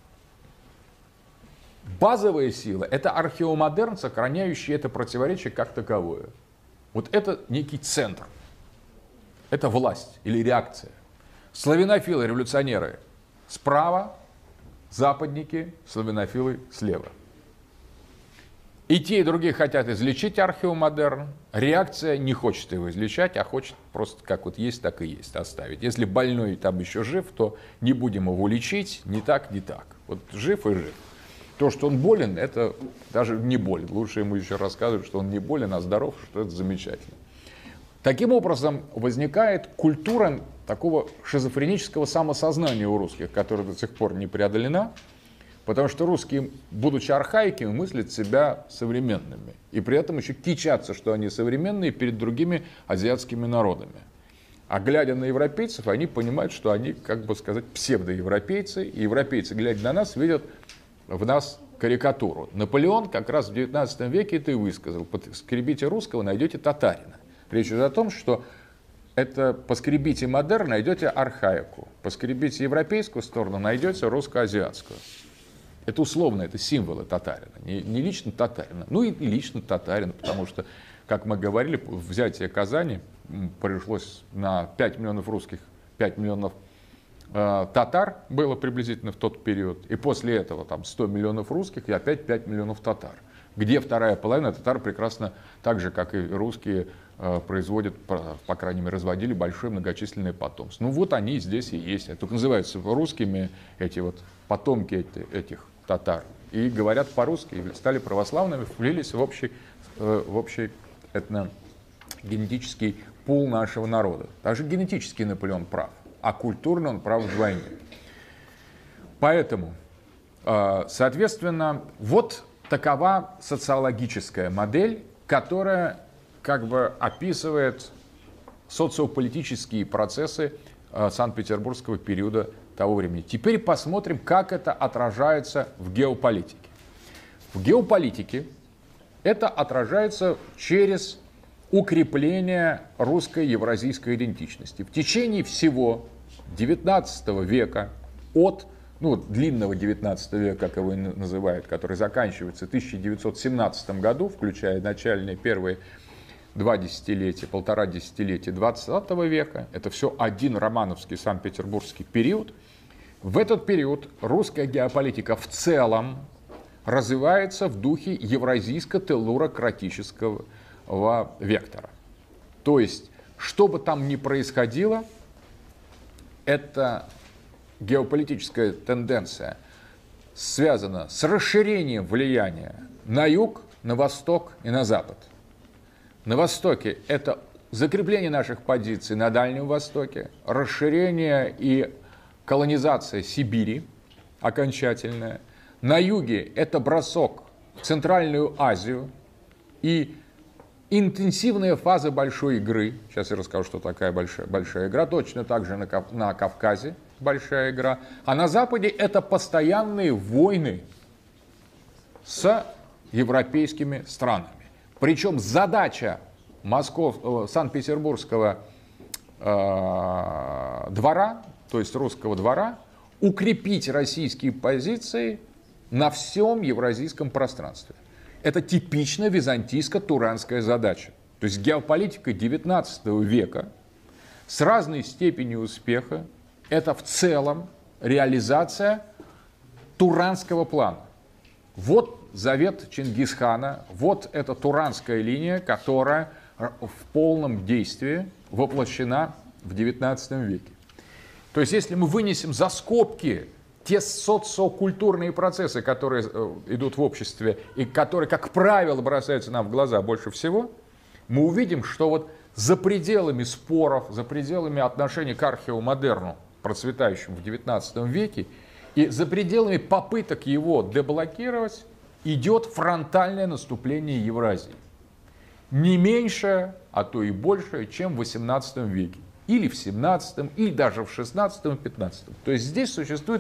Базовая сила – это археомодерн, сохраняющий это противоречие как таковое. Вот это некий центр. Это власть или реакция. Славянофилы, революционеры справа, западники, славянофилы слева. И те, и другие хотят излечить археомодерн. Реакция не хочет его излечать, а хочет просто как вот есть, так и есть оставить. Если больной там еще жив, то не будем его лечить, ни так, ни так. Вот жив и жив. То, что он болен, это даже не болен. Лучше ему еще рассказывать, что он не болен, а здоров, что это замечательно. Таким образом, возникает культура такого шизофренического самосознания у русских, которая до сих пор не преодолена. Потому что русские, будучи архаиками, мыслят себя современными. И при этом еще кичатся, что они современные перед другими азиатскими народами. А глядя на европейцев, они понимают, что они, как бы сказать, псевдоевропейцы. И европейцы, глядя на нас, видят в нас карикатуру. Наполеон как раз в 19 веке это и высказал. Поскребите русского, найдете татарина. Речь идет о том, что это поскребите модерн, найдете архаику. Поскребите европейскую сторону, найдете русско-азиатскую. Это условно, это символы татарина, не лично татарина. Ну и лично татарин, потому что, как мы говорили, взятие Казани пришлось на 5 миллионов русских, 5 миллионов татар было приблизительно в тот период. И после этого там 100 миллионов русских и опять 5 миллионов татар. Где вторая половина татар прекрасно, так же, как и русские, производят, по крайней мере, разводили большое многочисленное потомство. Ну вот они здесь и есть. Только называются русскими эти вот потомки этих татар. И говорят по-русски, стали православными, влились в общий этногенетический пул нашего народа. Даже генетически Наполеон прав, а культурно он прав вдвойне. Поэтому, соответственно, вот такова социологическая модель, которая как бы описывает социополитические процессы Санкт-Петербургского периода того времени. Теперь посмотрим, как это отражается в геополитике. В геополитике это отражается через укрепление русской евразийской идентичности. В течение всего XIX века, от длинного XIX века, как его называют, который заканчивается в 1917 году, включая начальные первые 2 десятилетия, 1,5 десятилетия XX века, это все один романовский санкт-петербургский период. В этот период русская геополитика в целом развивается в духе евразийско-теллурократического вектора. То есть, что бы там ни происходило, эта геополитическая тенденция связана с расширением влияния на юг, на восток и на запад. На Востоке это закрепление наших позиций на Дальнем Востоке, расширение и колонизация Сибири окончательная. На юге это бросок в Центральную Азию и интенсивная фаза большой игры. Сейчас я расскажу, что такая большая игра. Точно так же на Кавказе большая игра. А на Западе это постоянные войны с европейскими странами. Причем задача Санкт-Петербургского двора, то есть русского двора, укрепить российские позиции на всем евразийском пространстве. Это типично византийско-туранская задача. То есть геополитика XIX века с разной степенью успеха – это в целом реализация туранского плана. Вот завет Чингисхана, вот эта туранская линия, которая в полном действии воплощена в XIX веке. То есть, если мы вынесем за скобки те социокультурные процессы, которые идут в обществе и которые, как правило, бросаются нам в глаза больше всего, мы увидим, что вот за пределами споров, за пределами отношений к археомодерну, процветающему в XIX веке, и за пределами попыток его деблокировать, идет фронтальное наступление Евразии. Не меньше, а то и больше, чем в XVIII веке. Или в XVII, или даже в XVI и XV. То есть здесь существует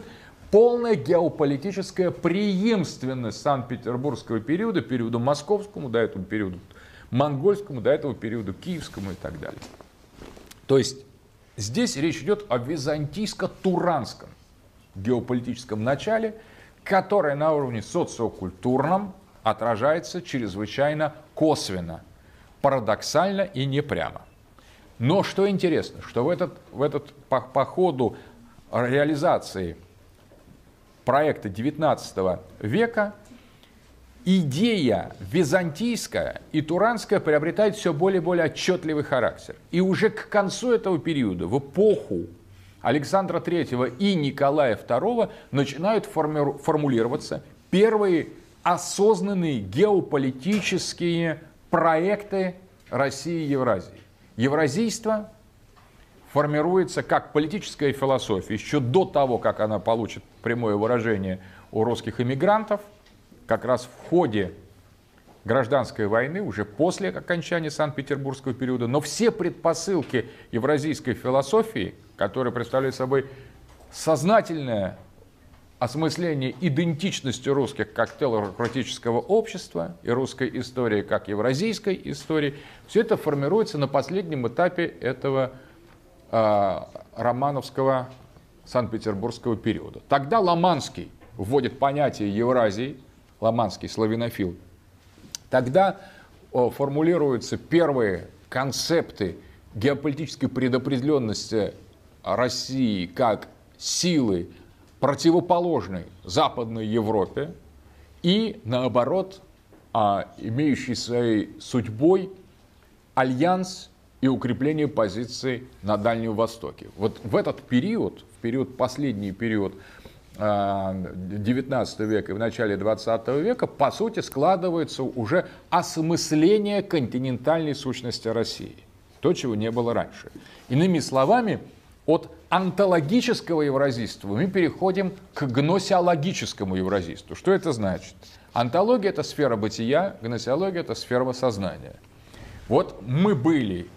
полная геополитическая преемственность Санкт-Петербургского периода, периоду московскому, до этого периоду монгольскому, до этого периоду киевскому и так далее. То есть здесь речь идет о византийско-туранском геополитическом начале, которое на уровне социокультурном отражается чрезвычайно косвенно, парадоксально и не прямо. Но что интересно, что по ходу реализации проекта XIX века идея византийская и туранская приобретает все более и более отчетливый характер. И уже к концу этого периода, в эпоху Александра III и Николая II, начинают формулироваться первые осознанные геополитические проекты России и Евразии. Евразийство формируется как политическая философия еще до того, как она получит прямое выражение у русских эмигрантов, как раз в ходе гражданской войны, уже после окончания Санкт-Петербургского периода. Но все предпосылки евразийской философии, которые представляют собой сознательное осмысление идентичности русских как телократического общества и русской истории как евразийской истории, все это формируется на последнем этапе этого романовского Санкт-Петербургского периода. Тогда Ломанский вводит понятие Евразии, Ломанский славянофил. Тогда формулируются первые концепты геополитической предопределенности России как силы, противоположной Западной Европе и, наоборот, имеющий своей судьбой альянс и укрепление позиций на Дальнем Востоке. Вот в этот период, последний период XIX века и в начале XX века, по сути, складывается уже осмысление континентальной сущности России. То, чего не было раньше. Иными словами, от онтологического евразийства мы переходим к гносеологическому евразийству. Что это значит? Онтология – это сфера бытия, гносеология – это сфера сознания. Вот мы были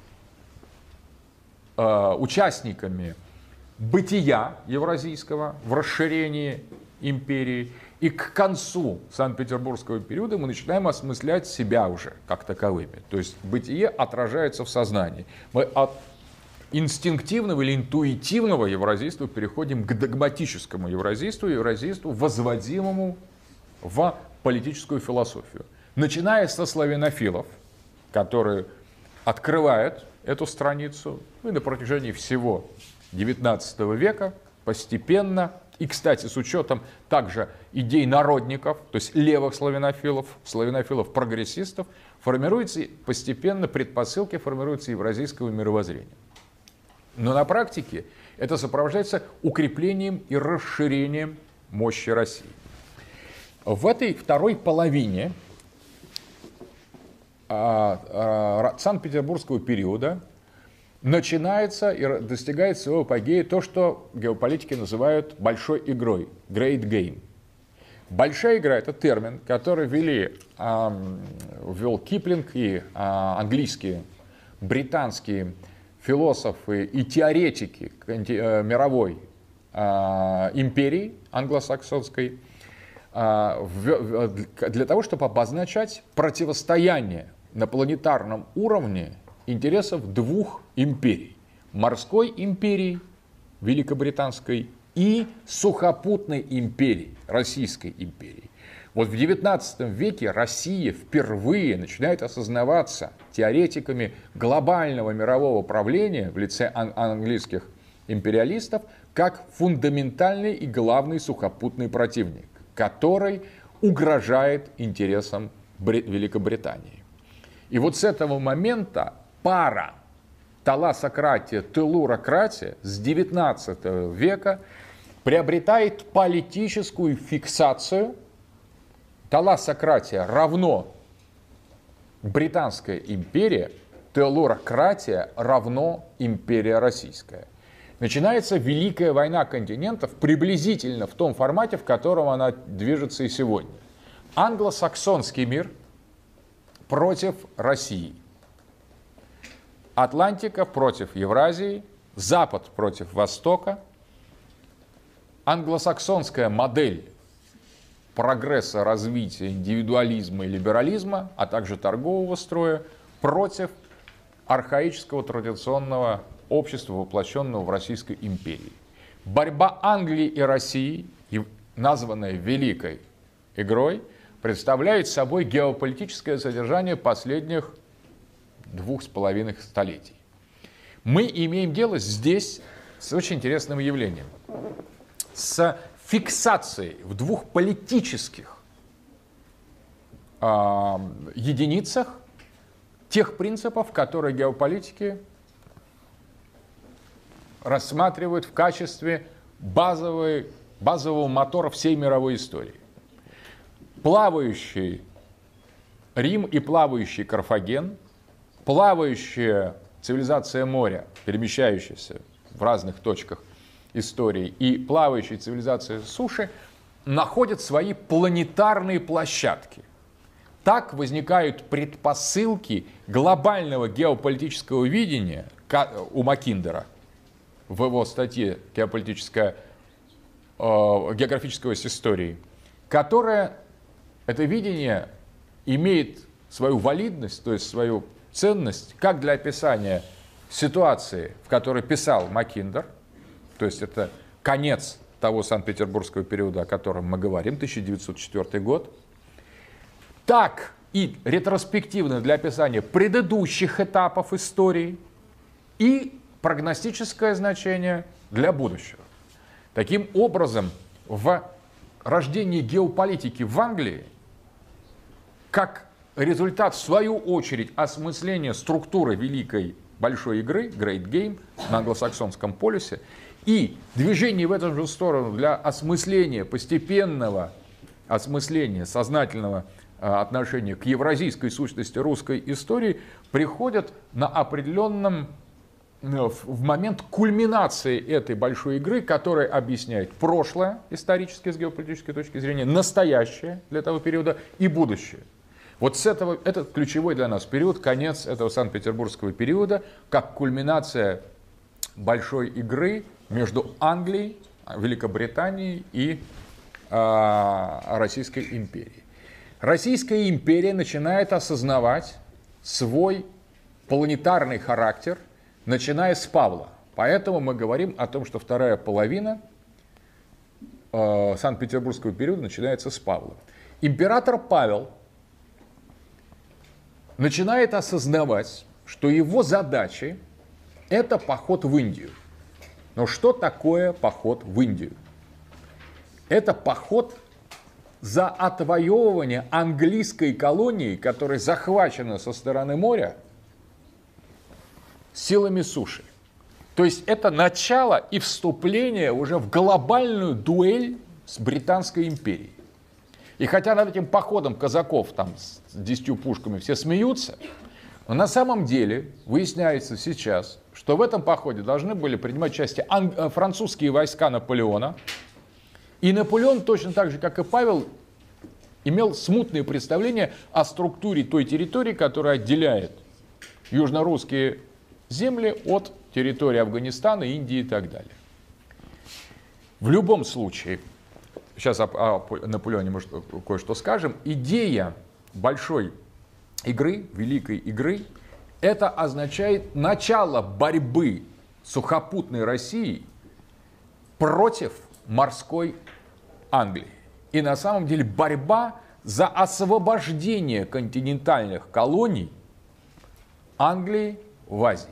участниками бытия евразийского в расширении империи, и к концу Санкт-Петербургского периода мы начинаем осмыслять себя уже как таковыми. То есть бытие отражается в сознании. Мы от инстинктивного или интуитивного евразийства переходим к догматическому евразийству, евразийству, возводимому в политическую философию. Начиная со славянофилов, которые открывают эту страницу, и на протяжении всего XIX века постепенно, и, кстати, с учетом также идей народников, то есть левых славянофилов, славянофилов-прогрессистов, формируются постепенно предпосылки, формируются евразийского мировоззрения. Но на практике это сопровождается укреплением и расширением мощи России. В этой второй половине Санкт-Петербургского периода начинается и достигает своего апогея то, что геополитики называют большой игрой, great game. Большая игра – это термин, который ввел Киплинг и английские, британские философы и теоретики мировой империи англосаксонской для того, чтобы обозначать противостояние на планетарном уровне интересов двух империй. Морской империи, Великобританской, и сухопутной империи, Российской империи. Вот в XIX веке Россия впервые начинает осознаваться теоретиками глобального мирового правления в лице английских империалистов как фундаментальный и главный сухопутный противник, который угрожает интересам Великобритании. И вот с этого момента пара талассократия, телурократия с XIX века приобретает политическую фиксацию. Талассократия равно Британская империя, телурократия равно империя Российская. Начинается Великая война континентов приблизительно в том формате, в котором она движется и сегодня. Англосаксонский мир против России. Атлантика против Евразии, Запад против Востока, англосаксонская модель прогресса, развития, индивидуализма и либерализма, а также торгового строя против архаического традиционного общества, воплощенного в Российской империи. Борьба Англии и России, названная Великой игрой, представляет собой геополитическое содержание последних 2,5 столетий. Мы имеем дело здесь с очень интересным явлением. С фиксацией в двух политических единицах тех принципов, которые геополитики рассматривают в качестве базового мотора всей мировой истории. Плавающий Рим и плавающий Карфаген, плавающая цивилизация моря, перемещающаяся в разных точках истории, и плавающая цивилизация суши находят свои планетарные площадки. Так возникают предпосылки глобального геополитического видения у Маккиндера в его статье «Геополитическая географическая ось истории», которая, это видение, имеет свою валидность, то есть свою ценность, как для описания ситуации, в которой писал Маккиндер, то есть это конец того Санкт-Петербургского периода, о котором мы говорим, 1904 год, так и ретроспективно для описания предыдущих этапов истории и прогностическое значение для будущего. Таким образом, в рождении геополитики в Англии, как результат, в свою очередь, осмысления структуры великой большой игры, Great Game, на англосаксонском полюсе, и движение в эту же сторону для осмысления, постепенного осмысления, сознательного отношения к евразийской сущности русской истории, приходят на определенном, в момент кульминации этой большой игры, которая объясняет прошлое исторически с геополитической точки зрения, настоящее для того периода и будущее. Вот с этого, этот ключевой для нас период, конец этого Санкт-Петербургского периода, как кульминация большой игры между Англией, Великобританией и Российской империей. Российская империя начинает осознавать свой планетарный характер, начиная с Павла. Поэтому мы говорим о том, что вторая половина Санкт-Петербургского периода начинается с Павла. Император Павел начинает осознавать, что его задачей это поход в Индию. Но что такое поход в Индию? Это поход за отвоевывание английской колонии, которая захвачена со стороны моря силами суши. То есть это начало и вступление уже в глобальную дуэль с Британской империей. И хотя над этим походом казаков там с 10 пушками все смеются, но на самом деле выясняется сейчас, что в этом походе должны были принимать участие французские войска Наполеона. И Наполеон, точно так же, как и Павел, имел смутные представления о структуре той территории, которая отделяет южно-русские земли от территории Афганистана, Индии и так далее. В любом случае, сейчас о Наполеоне, может, кое-что скажем, идея большой игры, великой игры, это означает начало борьбы сухопутной России против морской Англии. И на самом деле борьба за освобождение континентальных колоний Англии в Азии.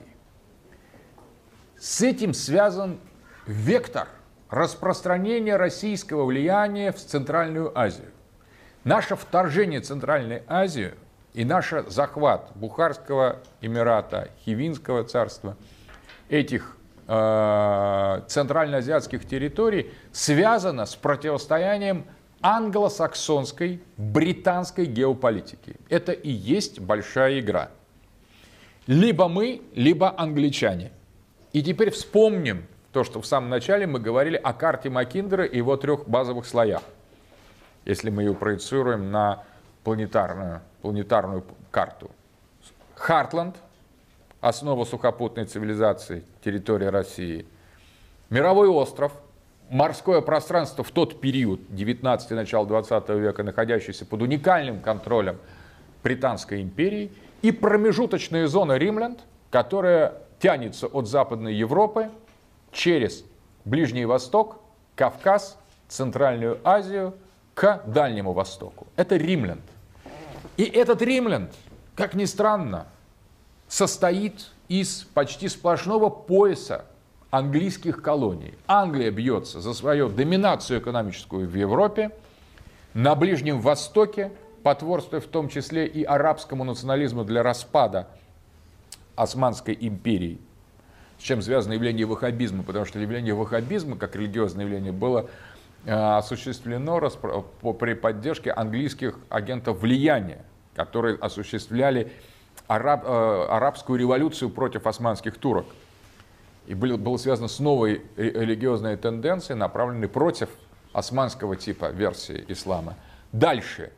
С этим связан вектор распространения российского влияния в Центральную Азию. Наше вторжение в Центральную Азию и наш захват Бухарского Эмирата, Хивинского царства, этих центральноазиатских территорий связано с противостоянием англосаксонской, британской геополитики. Это и есть большая игра. Либо мы, либо англичане. И теперь вспомним то, что в самом начале мы говорили о карте Маккиндера и его 3 базовых слоях. Если мы ее проецируем на планетарную карту. Хартланд, основа сухопутной цивилизации, территория России. Мировой остров, морское пространство в тот период, 19 начало 20 века, находящееся под уникальным контролем Британской империи, и промежуточная зона Римлянд, которая тянется от Западной Европы через Ближний Восток, Кавказ, Центральную Азию к Дальнему Востоку. Это Римлянд. И этот Римлянд, как ни странно, состоит из почти сплошного пояса английских колоний. Англия бьется за свою доминацию экономическую в Европе, на Ближнем Востоке, потворствуя в том числе и арабскому национализму для распада Османской империи, с чем связано явление ваххабизма, потому что явление ваххабизма, как религиозное явление, было осуществлено при поддержке английских агентов влияния, которые осуществляли арабскую революцию против османских турок. И было связано с новой религиозной тенденцией, направленной против османского типа версии ислама. Дальше.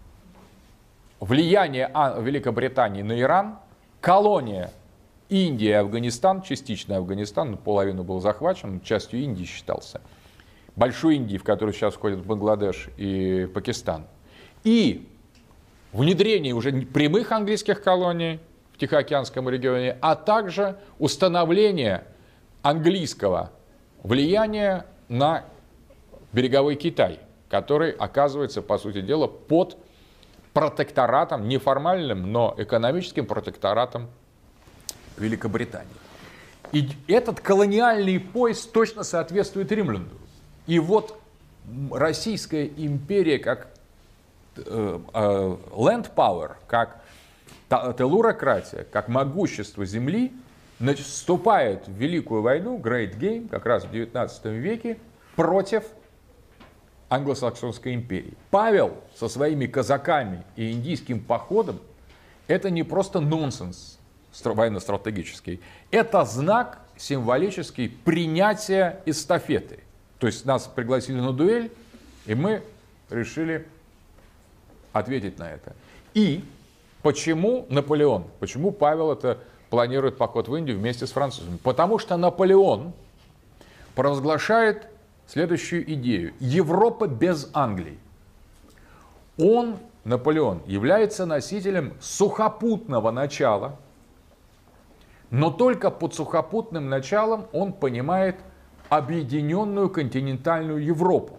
Влияние Великобритании на Иран, колония Индия и Афганистан, частично Афганистан, наполовину был захвачен, частью Индии считался. Большой Индии, в которую сейчас входят Бангладеш и Пакистан. И внедрение уже прямых английских колоний в Тихоокеанском регионе, а также установление английского влияния на береговой Китай, который оказывается, по сути дела, под протекторатом, неформальным, но экономическим протекторатом Великобритании. И этот колониальный пояс точно соответствует Римлянду. И вот Российская империя как land power, как телурократия, как могущество земли, вступает в Великую войну, Great Game, как раз в 19 веке, против англосаксонской империи. Павел со своими казаками и индийским походом — это не просто нонсенс военно-стратегический, это знак символический принятия эстафеты. То есть нас пригласили на дуэль, и мы решили ответить на это. И почему Наполеон? Почему Павел это планирует поход в Индию вместе с французами? Потому что Наполеон провозглашает следующую идею. Европа без Англии. Он, Наполеон, является носителем сухопутного начала, но только под сухопутным началом он понимает объединенную континентальную Европу,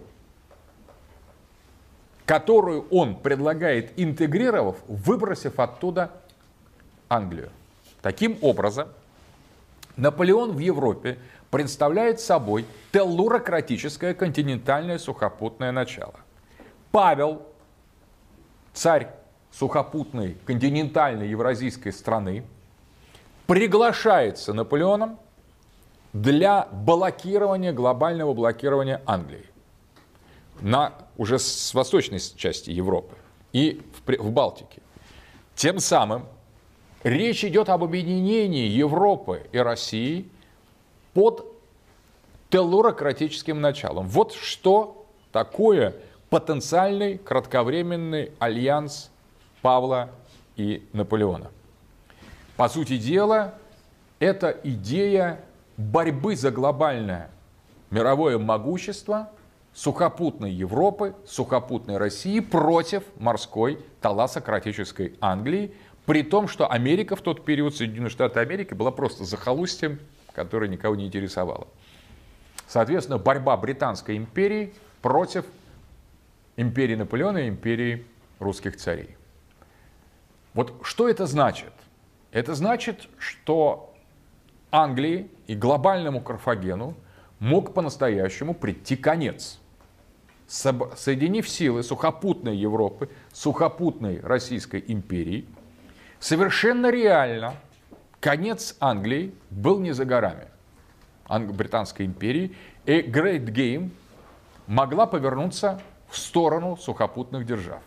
которую он предлагает, интегрировав, выбросив оттуда Англию. Таким образом, Наполеон в Европе представляет собой теллурократическое континентальное сухопутное начало. Павел, царь сухопутной континентальной евразийской страны, приглашается Наполеоном для блокирования, глобального блокирования Англии уже с восточной части Европы и в Балтике. Тем самым речь идет об объединении Европы и России под теллурократическим началом. Вот что такое потенциальный кратковременный альянс Павла и Наполеона. По сути дела, это идея борьбы за глобальное мировое могущество сухопутной Европы, сухопутной России против морской талассократической Англии, при том, что Америка в тот период, Соединенные Штаты Америки, была просто захолустьем, которое никого не интересовало. Соответственно, борьба Британской империи против империи Наполеона и империи русских царей. Вот что это значит? Это значит, что Англии и глобальному Карфагену мог по-настоящему прийти конец. Соединив силы сухопутной Европы, сухопутной Российской империи, совершенно реально конец Англии был не за горами. Британской империи, и Great Game могла повернуться в сторону сухопутных держав.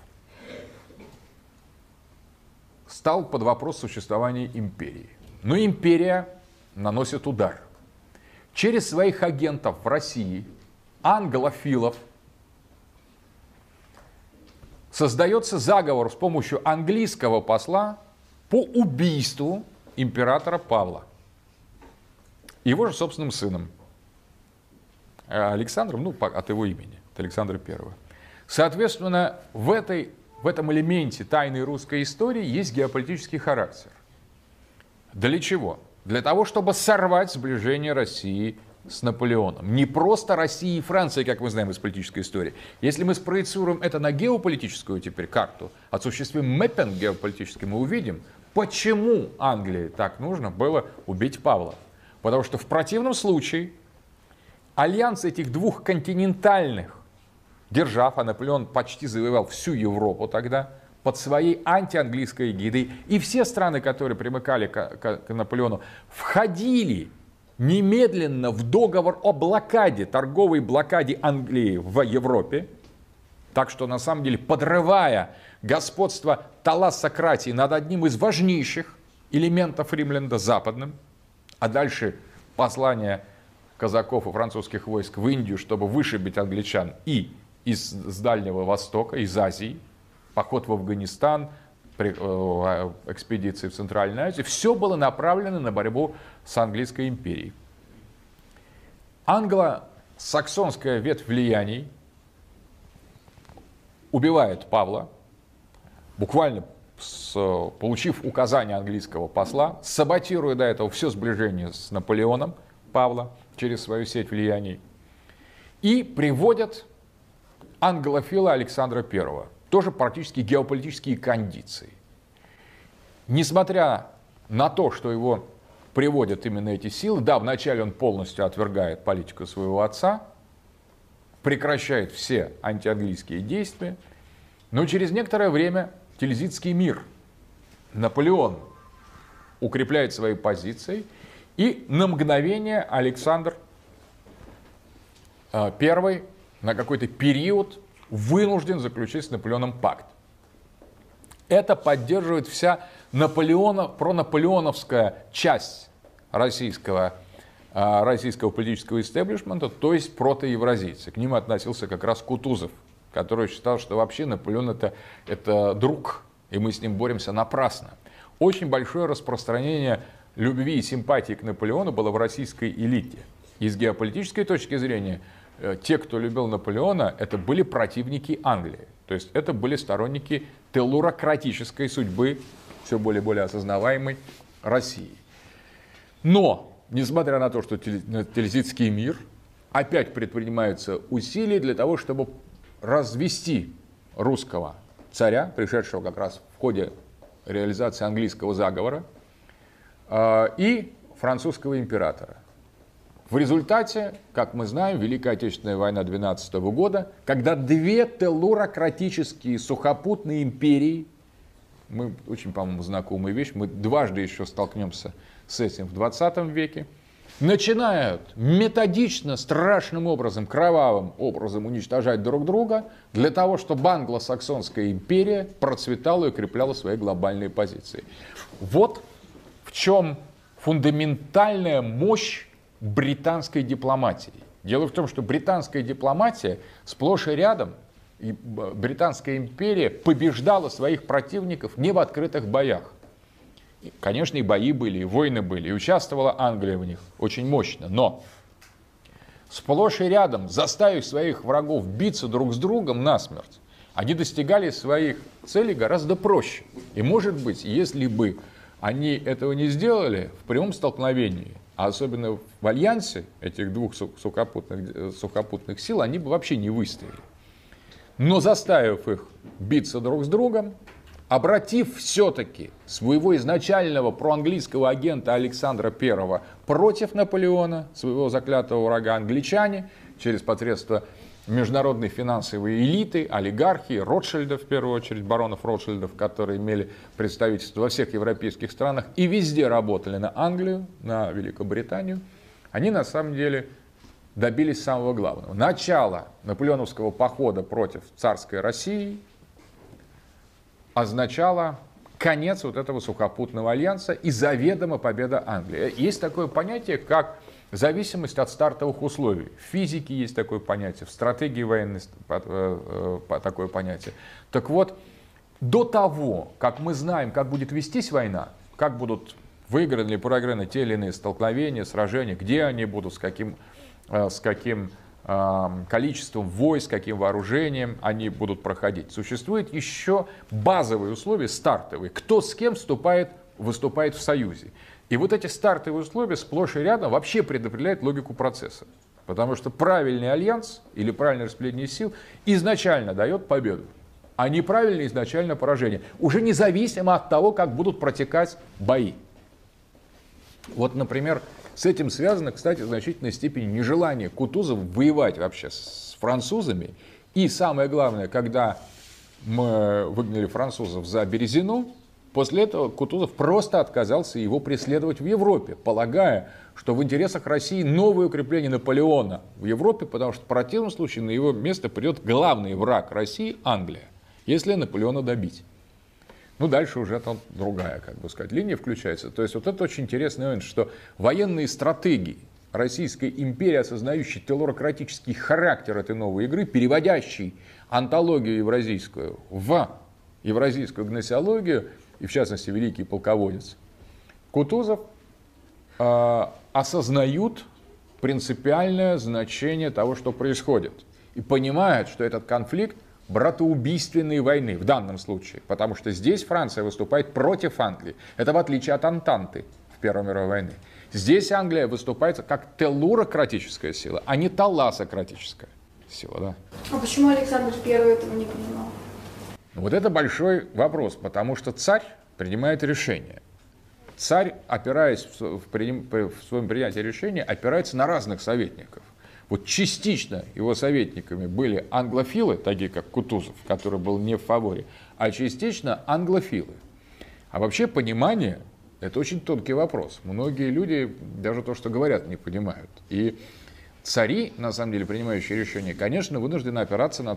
Стал под вопрос существования империи. Но империя наносит удар. Через своих агентов в России, англофилов, создается заговор с помощью английского посла по убийству императора Павла, его же собственным сыном, Александром, ну, от его имени, от Александра I. Соответственно, в этом элементе тайной русской истории есть геополитический характер. Для чего? Для того, чтобы сорвать сближение России с Наполеоном. Не просто России и Франции, как мы знаем из политической истории. Если мы спроецируем это на геополитическую теперь карту, осуществим мэппинг геополитический, мы увидим, почему Англии так нужно было убить Павла. Потому что в противном случае альянс этих двух континентальных держав, а Наполеон почти завоевал всю Европу тогда, под своей антианглийской эгидой, и все страны, которые примыкали к Наполеону, входили немедленно в договор о блокаде, торговой блокаде Англии в Европе, так что на самом деле подрывая господство талассократии над одним из важнейших элементов Римленда западным, а дальше послание казаков и французских войск в Индию, чтобы вышибить англичан и с Дальнего Востока, из Азии, поход в Афганистан, экспедиции в Центральную Азию, все было направлено на борьбу с английской империей. Англо-саксонская ветвь влияний убивает Павла, буквально получив указание английского посла, саботируя до этого все сближение с Наполеоном Павла через свою сеть влияний, и приводят англофила Александра I. Тоже практически геополитические кондиции. Несмотря на то, что его приводят именно эти силы, да, вначале он полностью отвергает политику своего отца, прекращает все антианглийские действия, но через некоторое время Тильзитский мир, Наполеон укрепляет свои позиции, и на мгновение Александр I на какой-то период вынужден заключить с Наполеоном пакт. Это поддерживает вся пронаполеоновская часть российского политического истеблишмента, то есть протоевразийцы. К ним относился как раз Кутузов, который считал, что вообще Наполеон это друг, и мы с ним боремся напрасно. Очень большое распространение любви и симпатии к Наполеону было в российской элите. И с геополитической точки зрения те, кто любил Наполеона, это были противники Англии. То есть это были сторонники теллурократической судьбы, все более и более осознаваемой России. Но, несмотря на то, что Тильзитский мир, опять предпринимаются усилия для того, чтобы развести русского царя, пришедшего как раз в ходе реализации английского заговора, и французского императора. В результате, как мы знаем, Великая Отечественная война 12 года, когда две теллурократические сухопутные империи, мы очень, по-моему, знакомая вещь, мы дважды еще столкнемся с этим в 20 веке, начинают методично, страшным образом, кровавым образом уничтожать друг друга для того, чтобы англосаксонская империя процветала и укрепляла свои глобальные позиции. Вот в чем фундаментальная мощь британской дипломатии. Дело в том, что британская дипломатия сплошь и рядом, и Британская империя побеждала своих противников не в открытых боях. Конечно, и бои были, и войны были, и участвовала Англия в них очень мощно, но сплошь и рядом, заставив своих врагов биться друг с другом насмерть, они достигали своих целей гораздо проще. И, может быть, если бы они этого не сделали в прямом столкновении, а особенно в альянсе этих двух сухопутных сил, они бы вообще не выстояли. Но заставив их биться друг с другом, обратив все-таки своего изначального проанглийского агента Александра I против Наполеона, своего заклятого врага англичане, через посредство международной финансовой элиты, олигархии, Ротшильдов, в первую очередь, баронов Ротшильдов, которые имели представительство во всех европейских странах и везде работали на Англию, на Великобританию, они на самом деле добились самого главного. Начало наполеоновского похода против царской России означало конец вот этого сухопутного альянса и заведомо победа Англии. Есть такое понятие, как зависимость от стартовых условий. В физике есть такое понятие, в стратегии военной такое понятие. Так вот, до того, как мы знаем, как будет вестись война, как будут выиграны или проиграны те или иные столкновения, сражения, где они будут, с каким количеством войск, каким вооружением они будут проходить. Существуют еще базовые условия, стартовые. Кто с кем выступает в союзе. И вот эти стартовые условия сплошь и рядом вообще предопределяют логику процесса. Потому что правильный альянс или правильное распределение сил изначально дает победу, а неправильное изначально поражение. Уже независимо от того, как будут протекать бои. Вот, например, с этим связано, кстати, в значительной степени нежелание Кутузова воевать вообще с французами. И самое главное, когда мы выгнали французов за Березину, после этого Кутузов просто отказался его преследовать в Европе, полагая, что в интересах России новое укрепление Наполеона в Европе, потому что в противном случае на его место придет главный враг России – Англия, если Наполеона добить. Ну, дальше уже там другая, как бы сказать, линия включается. То есть вот это очень интересный момент, что военные стратегии Российской империи, осознающие телурократический характер этой новой игры, переводящий антологию евразийскую в евразийскую гносеологию, и в частности великий полководец Кутузов, осознают принципиальное значение того, что происходит. И понимают, что этот конфликт братоубийственной войны в данном случае. Потому что здесь Франция выступает против Англии. Это в отличие от Антанты в Первой мировой войне. Здесь Англия выступает как телурократическая сила, а не таласократическая сила. Да? А почему Александр I этого не понимал? Вот это большой вопрос, потому что царь принимает решение. Царь, опираясь в своем принятии решения, опирается на разных советников. Вот частично его советниками были англофилы, такие как Кутузов, который был не в фаворе, а частично англофилы. А вообще понимание – это очень тонкий вопрос. Многие люди даже то, что говорят, не понимают. И цари, на самом деле, принимающие решения, конечно, вынуждены опираться на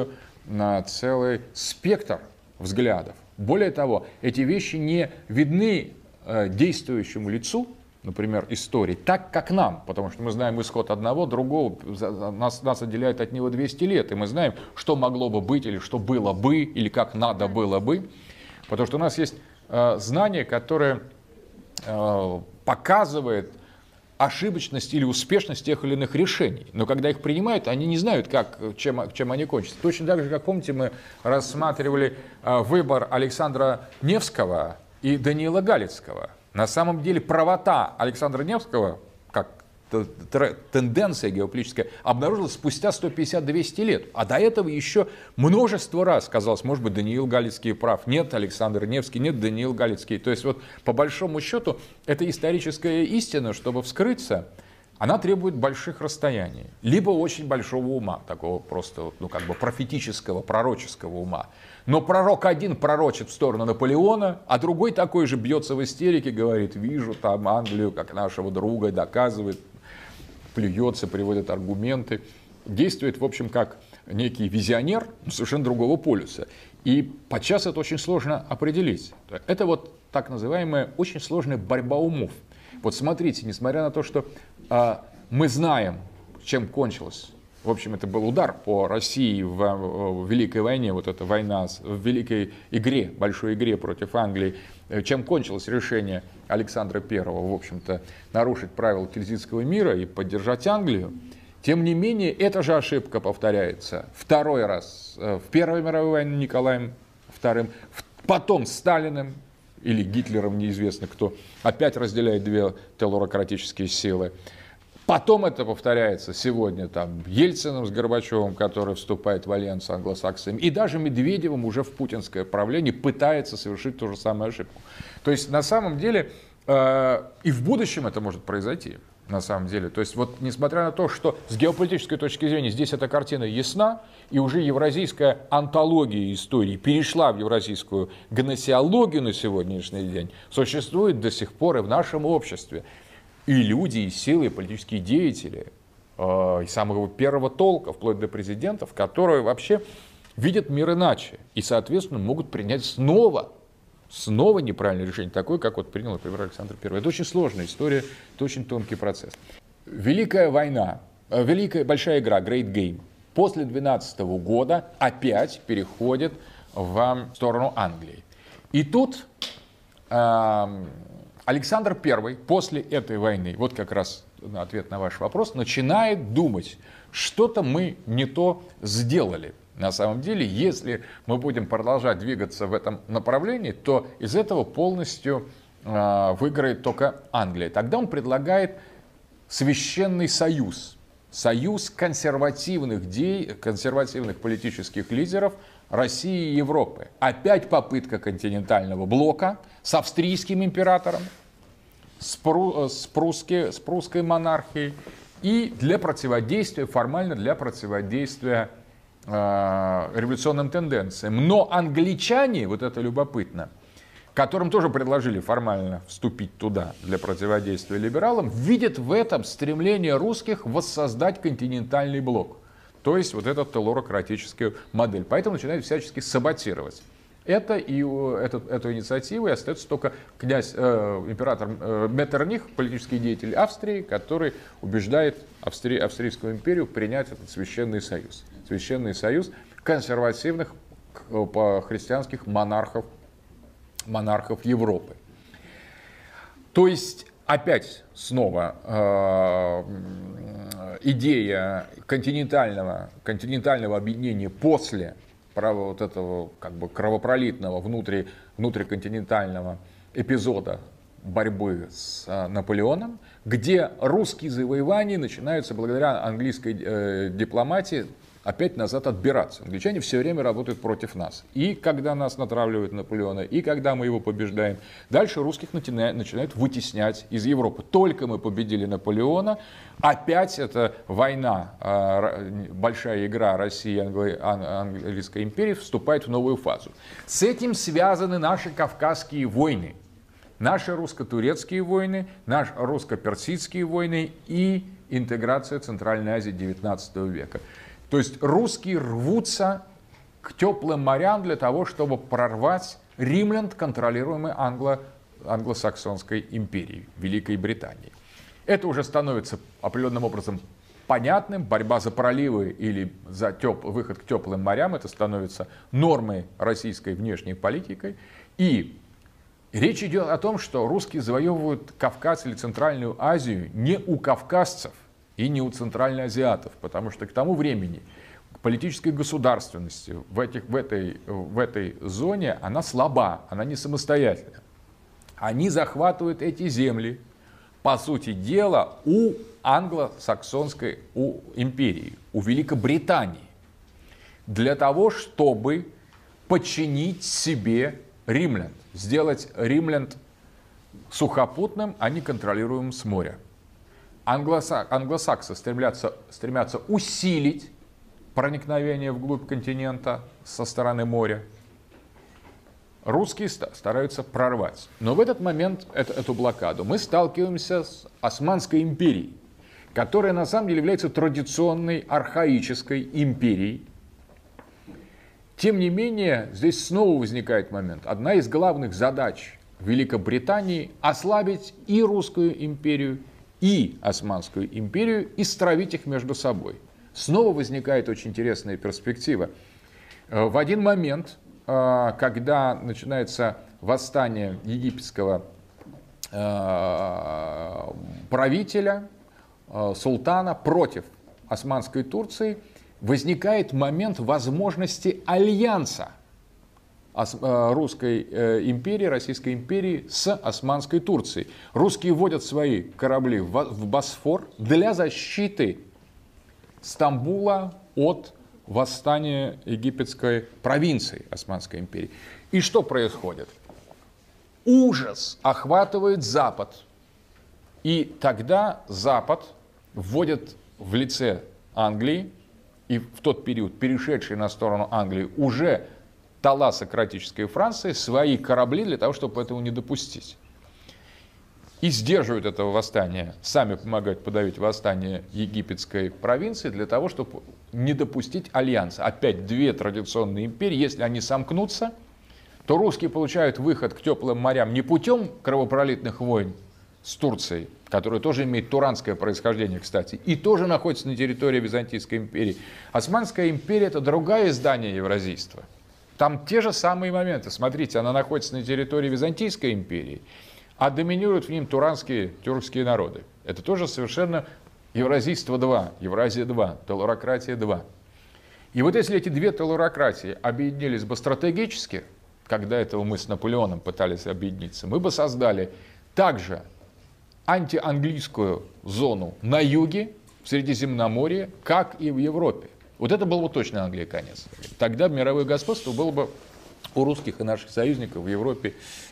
целый спектр взглядов. Более того, эти вещи не видны действующему лицу, например, истории, так, как нам, потому что мы знаем исход одного, другого, нас отделяет от него 200 лет, и мы знаем, что могло бы быть, или что было бы, или как надо было бы, потому что у нас есть знание, которое показывает ошибочность или успешность тех или иных решений, но когда их принимают, они не знают, чем они кончатся. Точно так же, как помните, мы рассматривали выбор Александра Невского и Даниила Галицкого. На самом деле правота Александра Невского, как тенденция геополитическая, обнаружилась спустя 150-200 лет. А до этого еще множество раз казалось, может быть, Даниил Галицкий прав. Нет, Александр Невский, нет, Даниил Галицкий. То есть вот по большому счету эта историческая истина, чтобы вскрыться, она требует больших расстояний. Либо очень большого ума, такого просто профетического, пророческого ума. Но пророк один пророчит в сторону Наполеона, а другой такой же бьется в истерике, говорит, вижу там Англию как нашего друга, доказывает, плюется, приводит аргументы. Действует, в общем, как некий визионер совершенно другого полюса. И подчас это очень сложно определить. Это вот так называемая очень сложная борьба умов. Вот смотрите, несмотря на то, что мы знаем, чем кончилось. В общем, это был удар по России в Великой войне, вот эта война в Великой игре, большой игре против Англии. Чем кончилось решение Александра I, в общем-то, нарушить правила Тильзитского мира и поддержать Англию. Тем не менее, эта же ошибка повторяется второй раз в Первой мировой войне Николаем II, потом Сталиным или Гитлером, неизвестно кто, опять разделяет две телурократические силы. Потом это повторяется сегодня Ельциным с Горбачевым, который вступает в альянс с англосаксами, и даже Медведевым уже в путинское правление пытается совершить ту же самую ошибку. То есть на самом деле и в будущем это может произойти. На самом деле. То есть вот несмотря на то, что с геополитической точки зрения здесь эта картина ясна, и уже евразийская антология истории перешла в евразийскую гносеологию на сегодняшний день, существует до сих пор и в нашем обществе. И люди, и силы, и политические деятели, и самого первого толка, вплоть до президентов, которые вообще видят мир иначе. И, соответственно, могут принять снова неправильное решение, такое, как вот принял, например, Александр I. Это очень сложная история, это очень тонкий процесс. Великая война, большая игра, Great Game, после 12 года опять переходит в сторону Англии. И тут Александр I после этой войны, вот как раз ответ на ваш вопрос, начинает думать, что-то мы не то сделали. На самом деле, если мы будем продолжать двигаться в этом направлении, то из этого полностью выиграет только Англия. Тогда он предлагает священный союз. Союз консервативных политических лидеров России и Европы. Опять попытка континентального блока с австрийским императором, с прусской монархией и для противодействия, формально для противодействия революционным тенденциям. Но англичане, вот это любопытно, которым тоже предложили формально вступить туда для противодействия либералам, видят в этом стремление русских воссоздать континентальный блок. То есть вот эту телурократическую модель. Поэтому начинают всячески саботировать. Эту инициативу, и остается только император Меттерних, политический деятель Австрии, который убеждает Австрийскую империю принять этот священный союз. Священный союз консервативных христианских монархов Европы. То есть опять снова идея континентального объединения после вот этого как бы кровопролитного внутриконтинентального эпизода борьбы с Наполеоном, где русские завоевания начинаются благодаря английской дипломатии опять назад отбираться. Англичане все время работают против нас. И когда нас натравливают Наполеона, и когда мы его побеждаем, дальше русских начинают вытеснять из Европы. Только мы победили Наполеона, опять эта война, большая игра России и Английской империи вступает в новую фазу. С этим связаны наши Кавказские войны, наши русско-турецкие войны, наши русско-персидские войны и интеграция Центральной Азии XIX века. То есть русские рвутся к теплым морям для того, чтобы прорвать римлян, контролируемой англосаксонской империей, Великой Британии. Это уже становится определенным образом понятным. Борьба за проливы или за выход к теплым морям, это становится нормой российской внешней политики. И речь идет о том, что русские завоевывают Кавказ или Центральную Азию не у кавказцев и не у центральноазиатов, потому что к тому времени политической государственности в этой зоне она слаба, она не самостоятельна. Они захватывают эти земли, по сути дела, у англосаксонской империи, у Великобритании, для того, чтобы подчинить себе римлян, сделать римлян сухопутным, а не контролируемым с моря. Англосаксы стремятся усилить проникновение вглубь континента со стороны моря. Русские стараются прорвать. Но в этот момент, эту блокаду, мы сталкиваемся с Османской империей, которая на самом деле является традиционной архаической империей. Тем не менее, здесь снова возникает момент. Одна из главных задач Великобритании – ослабить и Русскую империю, и Османскую империю, и стравить их между собой. Снова возникает очень интересная перспектива. В один момент, когда начинается восстание египетского правителя, султана против Османской Турции, возникает момент возможности альянса Русской империи, Российской империи с Османской Турцией. Русские вводят свои корабли в Босфор для защиты Стамбула от восстания египетской провинции Османской империи. И что происходит? Ужас охватывает Запад. И тогда Запад вводит в лице Англии, и в тот период перешедший на сторону Англии уже талассократической Франции, свои корабли для того, чтобы этого не допустить. И сдерживают этого восстания, сами помогают подавить восстание египетской провинции для того, чтобы не допустить альянса. Опять две традиционные империи, если они сомкнутся, то русские получают выход к теплым морям не путем кровопролитных войн с Турцией, которая тоже имеет туранское происхождение, кстати, и тоже находится на территории Византийской империи. Османская империя – это другое издание евразийства. Там те же самые моменты. Смотрите, она находится на территории Византийской империи, а доминируют в нем туранские тюркские народы. Это тоже совершенно Евразийство 2, Евразия 2, телурократия 2. И вот если эти две телурократии объединились бы стратегически, когда этого мы с Наполеоном пытались объединиться, мы бы создали также антианглийскую зону на юге, в Средиземноморье, как и в Европе. Вот это был бы точно Англия конец. Тогда мировое господство было бы у русских и наших союзников в Европе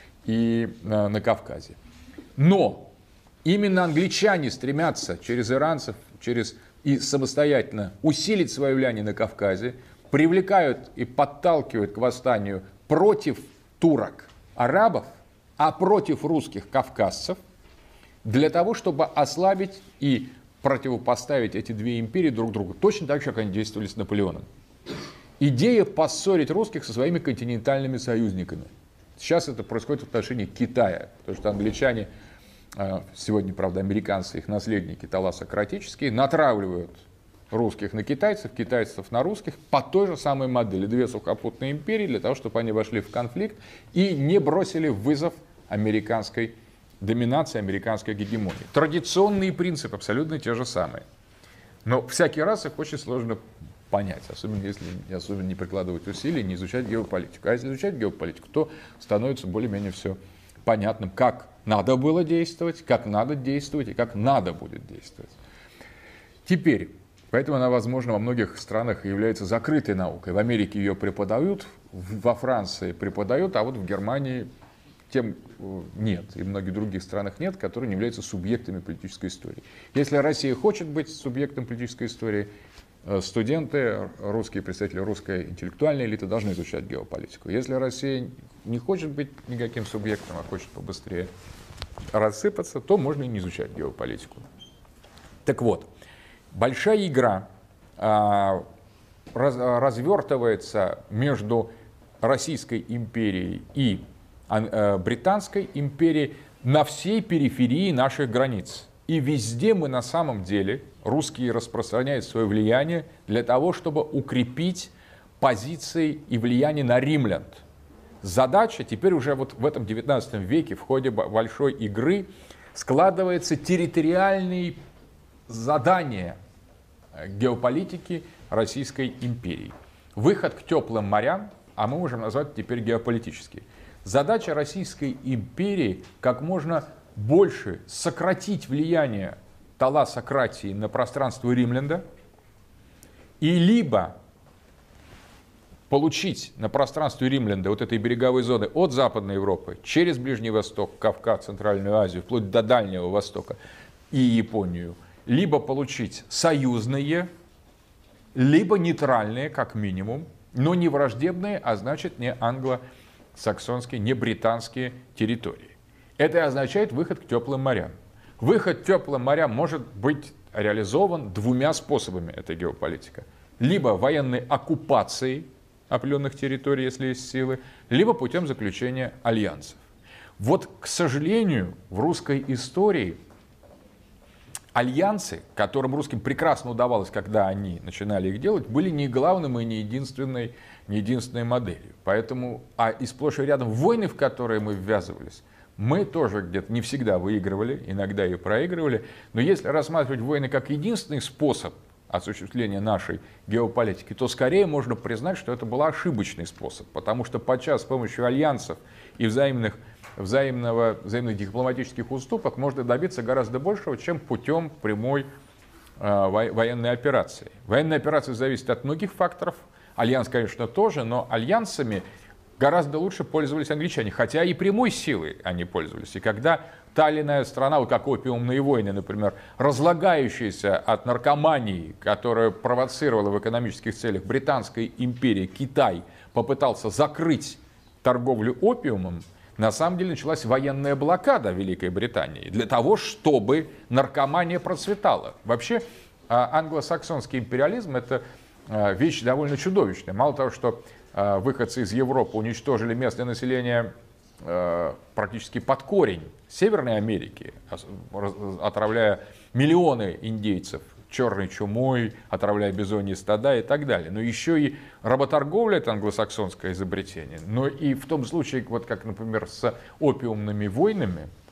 и на Кавказе. Но именно англичане стремятся через иранцев, и самостоятельно усилить свое влияние на Кавказе, привлекают и подталкивают к восстанию против турок, арабов, а против русских кавказцев, для того, чтобы ослабить и противопоставить эти две империи друг другу, точно так же, как они действовали с Наполеоном. Идея поссорить русских со своими континентальными союзниками. Сейчас это происходит в отношении Китая, потому что англичане, сегодня, правда, американцы, их наследники талассократические, натравливают русских на китайцев, китайцев на русских по той же самой модели. Две сухопутные империи для того, чтобы они вошли в конфликт и не бросили вызов американской доминации, американской гегемонии. Традиционные принципы абсолютно те же самые. Но всякий раз их очень сложно понять, особенно если не прикладывать усилий, не изучать геополитику. А если изучать геополитику, то становится более-менее все понятным, как надо было действовать, как надо действовать и как надо будет действовать. Теперь, поэтому она, возможно, во многих странах является закрытой наукой. В Америке ее преподают, во Франции преподают, а вот в Германии тем нет, и в многих других странах нет, которые не являются субъектами политической истории. Если Россия хочет быть субъектом политической истории, студенты, русские представители русской интеллектуальной элиты должны изучать геополитику. Если Россия не хочет быть никаким субъектом, а хочет побыстрее рассыпаться, то можно и не изучать геополитику. Так вот, большая игра развертывается между Российской империей и Британской империей на всей периферии наших границ. И везде мы на самом деле, русские распространяют свое влияние для того, чтобы укрепить позиции и влияние на римлян. Задача теперь уже вот в этом 19 веке в ходе большой игры складывается территориальные задания геополитики Российской империи. Выход к теплым морям, а мы можем назвать теперь геополитический. Задача Российской империи как можно больше сократить влияние талассократии на пространство Римленда и либо получить на пространстве Римленда вот этой береговой зоны от Западной Европы через Ближний Восток, Кавказ, Центральную Азию, вплоть до Дальнего Востока и Японию, либо получить союзные, либо нейтральные, как минимум, но не враждебные, а значит не англо-саксонские, не британские территории. Это означает выход к теплым морям. Выход к теплым морям может быть реализован двумя способами, эта геополитика. Либо военной оккупацией определенных территорий, если есть силы, либо путем заключения альянсов. Вот, к сожалению, в русской истории альянсы, которым русским прекрасно удавалось, когда они начинали их делать, были не главным и не единственной моделью. Поэтому, и сплошь и рядом войны, в которые мы ввязывались, мы тоже где-то не всегда выигрывали, иногда и проигрывали. Но если рассматривать войны как единственный способ осуществления нашей геополитики, то скорее можно признать, что это был ошибочный способ. Потому что подчас с помощью альянсов и взаимных дипломатических уступок можно добиться гораздо большего, чем путем прямой военной операции. Военная операция зависит от многих факторов. Альянс, конечно, тоже, но альянсами гораздо лучше пользовались англичане, хотя и прямой силой они пользовались. И когда та или иная страна, вот как опиумные войны, например, разлагающаяся от наркомании, которая провоцировала в экономических целях Британская империя, Китай попытался закрыть торговлю опиумом, на самом деле началась военная блокада Великой Британии для того, чтобы наркомания процветала. Вообще англосаксонский империализм – это вещь довольно чудовищная. Мало того, что выходцы из Европы уничтожили местное население практически под корень Северной Америки, отравляя миллионы индейцев черной чумой, отравляя бизоньи стада и так далее. Но еще и работорговля – это англосаксонское изобретение. Но и в том случае, вот как, например, с опиумными войнами,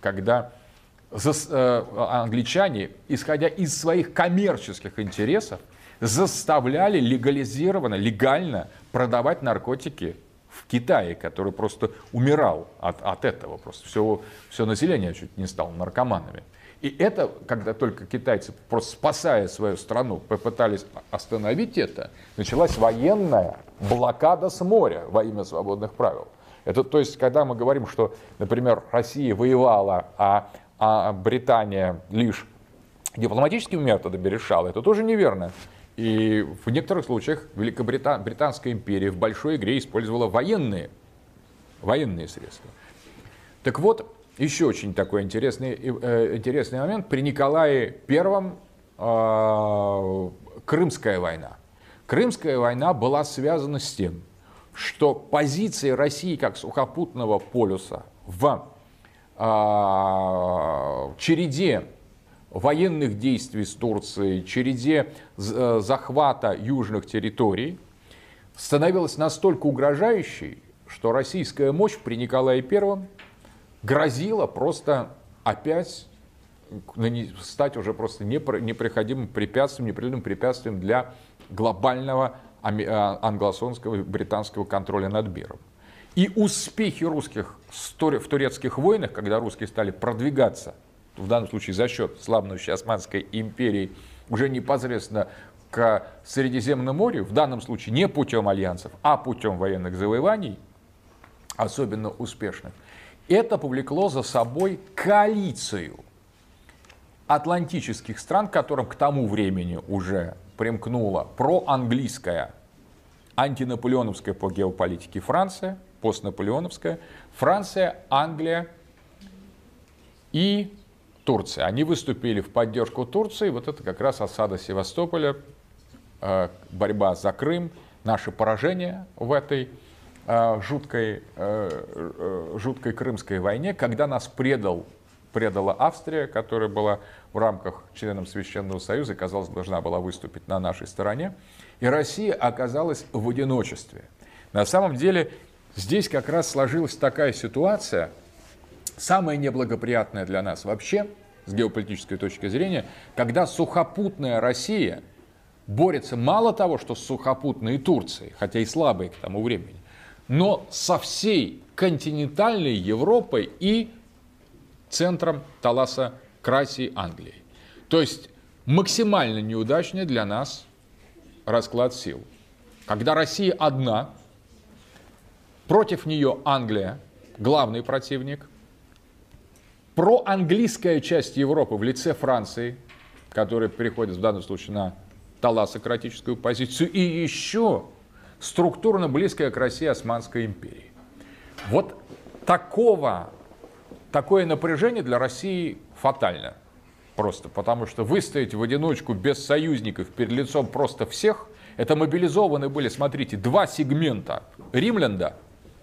когда англичане, исходя из своих коммерческих интересов, заставляли легально продавать наркотики в Китае, который просто умирал от этого. Просто все население чуть не стало наркоманами. И это, когда только китайцы, просто спасая свою страну, попытались остановить это, началась военная блокада с моря во имя свободных правил. Это, то есть, когда мы говорим, что, например, Россия воевала, а Британия лишь дипломатическими методами решала, это тоже неверно. И в некоторых случаях Британская империя в большой игре использовала военные средства. Так вот, еще очень такой интересный момент. При Николае I Крымская война. Крымская война была связана с тем, что позиции России как сухопутного полюса в череде военных действий с Турцией, череде захвата южных территорий становилась настолько угрожающей, что российская мощь при Николае I грозила просто опять стать уже просто непреодолимым препятствием для глобального англосаксонского и британского контроля над миром. И успехи русских в турецких войнах, когда русские стали продвигаться, в данном случае за счет слабнущей Османской империи, уже непосредственно к Средиземному морю, в данном случае не путем альянсов, а путем военных завоеваний, особенно успешных, это повлекло за собой коалицию атлантических стран, к которым к тому времени уже примкнула проанглийская, антинаполеоновская по геополитике Франция, постнаполеоновская, Франция, Англия и Турция. Они выступили в поддержку Турции. Вот это как раз осада Севастополя, борьба за Крым, наше поражение в этой жуткой Крымской войне, когда нас предала Австрия, которая была в рамках членом Священного Союза, казалось, должна была выступить на нашей стороне, и Россия оказалась в одиночестве. На самом деле здесь как раз сложилась такая ситуация, самая неблагоприятная для нас вообще, с геополитической точки зрения, когда сухопутная Россия борется мало того, что с сухопутной Турцией, хотя и слабой к тому времени, но со всей континентальной Европой и центром Таласа-Красии Англии. То есть максимально неудачный для нас расклад сил. Когда Россия одна, против нее Англия, главный противник, проанглийская часть Европы в лице Франции, которая переходит в данном случае на талассократическую позицию, и еще структурно близкая к России Османской империи. Вот такое напряжение для России фатально. Просто потому что выстоять в одиночку без союзников перед лицом просто всех, это мобилизованы были, смотрите, два сегмента: Римлянда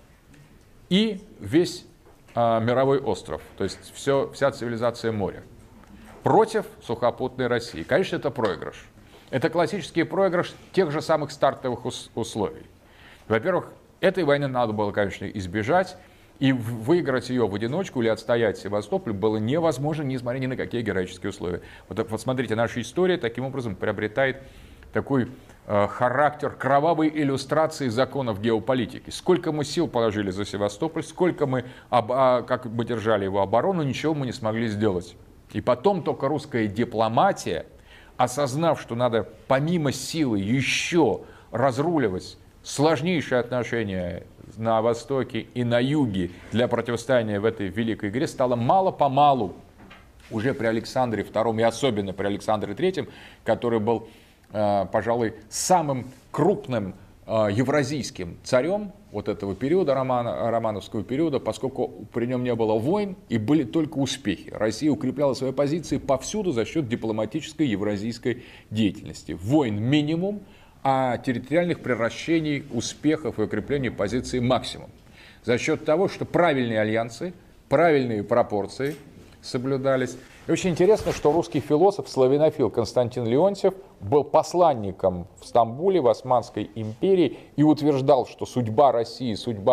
и весь мировой остров, то есть вся цивилизация моря, против сухопутной России. Конечно, это проигрыш. Это классический проигрыш тех же самых стартовых условий. Во-первых, этой войны надо было, конечно, избежать, и выиграть ее в одиночку или отстоять Севастополь было невозможно, несмотря ни на какие героические условия. Вот смотрите, наша история таким образом приобретает такой характер кровавой иллюстрации законов геополитики. Сколько мы сил положили за Севастополь, сколько мы, как бы держали его оборону, ничего мы не смогли сделать. И потом только русская дипломатия, осознав, что надо помимо силы еще разруливать сложнейшие отношения на Востоке и на Юге для противостояния в этой великой игре, стала мало-помалу уже при Александре II и особенно при Александре III, который был, пожалуй, самым крупным евразийским царем вот этого периода, романовского периода, поскольку при нем не было войн и были только успехи. Россия укрепляла свои позиции повсюду за счет дипломатической евразийской деятельности. Войн минимум, а территориальных превращений, успехов и укреплений позиций максимум. За счет того, что правильные альянсы, правильные пропорции соблюдались. И очень интересно, что русский философ, славянофил Константин Леонтьев был посланником в Стамбуле, в Османской империи, и утверждал, что судьба России, судьба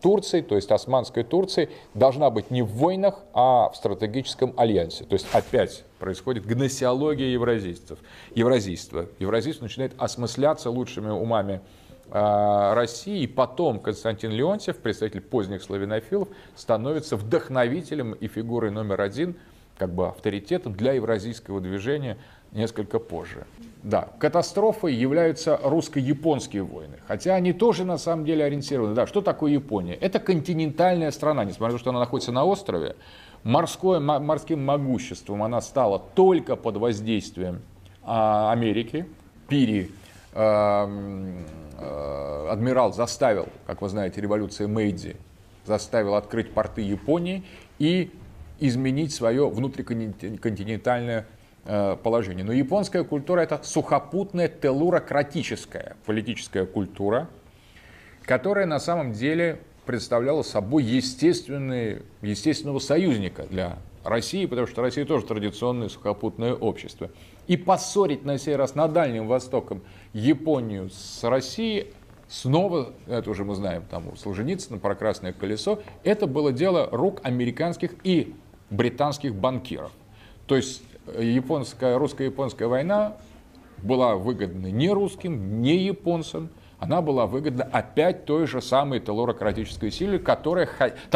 Турцией, то есть Османской Турцией, должна быть не в войнах, а в стратегическом альянсе. То есть опять происходит гносеология евразийства. Евразийство начинает осмысляться лучшими умами России, и потом Константин Леонтьев, представитель поздних славянофилов, становится вдохновителем и фигурой номер один, как бы авторитетом для евразийского движения несколько позже. Да, катастрофой являются русско-японские войны, хотя они тоже на самом деле ориентированы. Да, что такое Япония? Это континентальная страна, несмотря на то, что она находится на острове, морским могуществом она стала только под воздействием Америки. Пири, адмирал, заставил, как вы знаете, революция Мэйдзи, заставил открыть порты Японии и изменить свое внутриконтинентальное положение. Но японская культура — это сухопутная теллурократическая политическая культура, которая на самом деле представляла собой естественного союзника для России, потому что Россия тоже традиционное сухопутное общество. И поссорить на сей раз на Дальнем Востоком Японию с Россией, снова, это уже мы знаем, там у Солженицына про Красное колесо, это было дело рук американских и британских банкиров. То есть русско-японская война была выгодна не русским, не японцам, она была выгодна опять той же самой таласократической силе, которая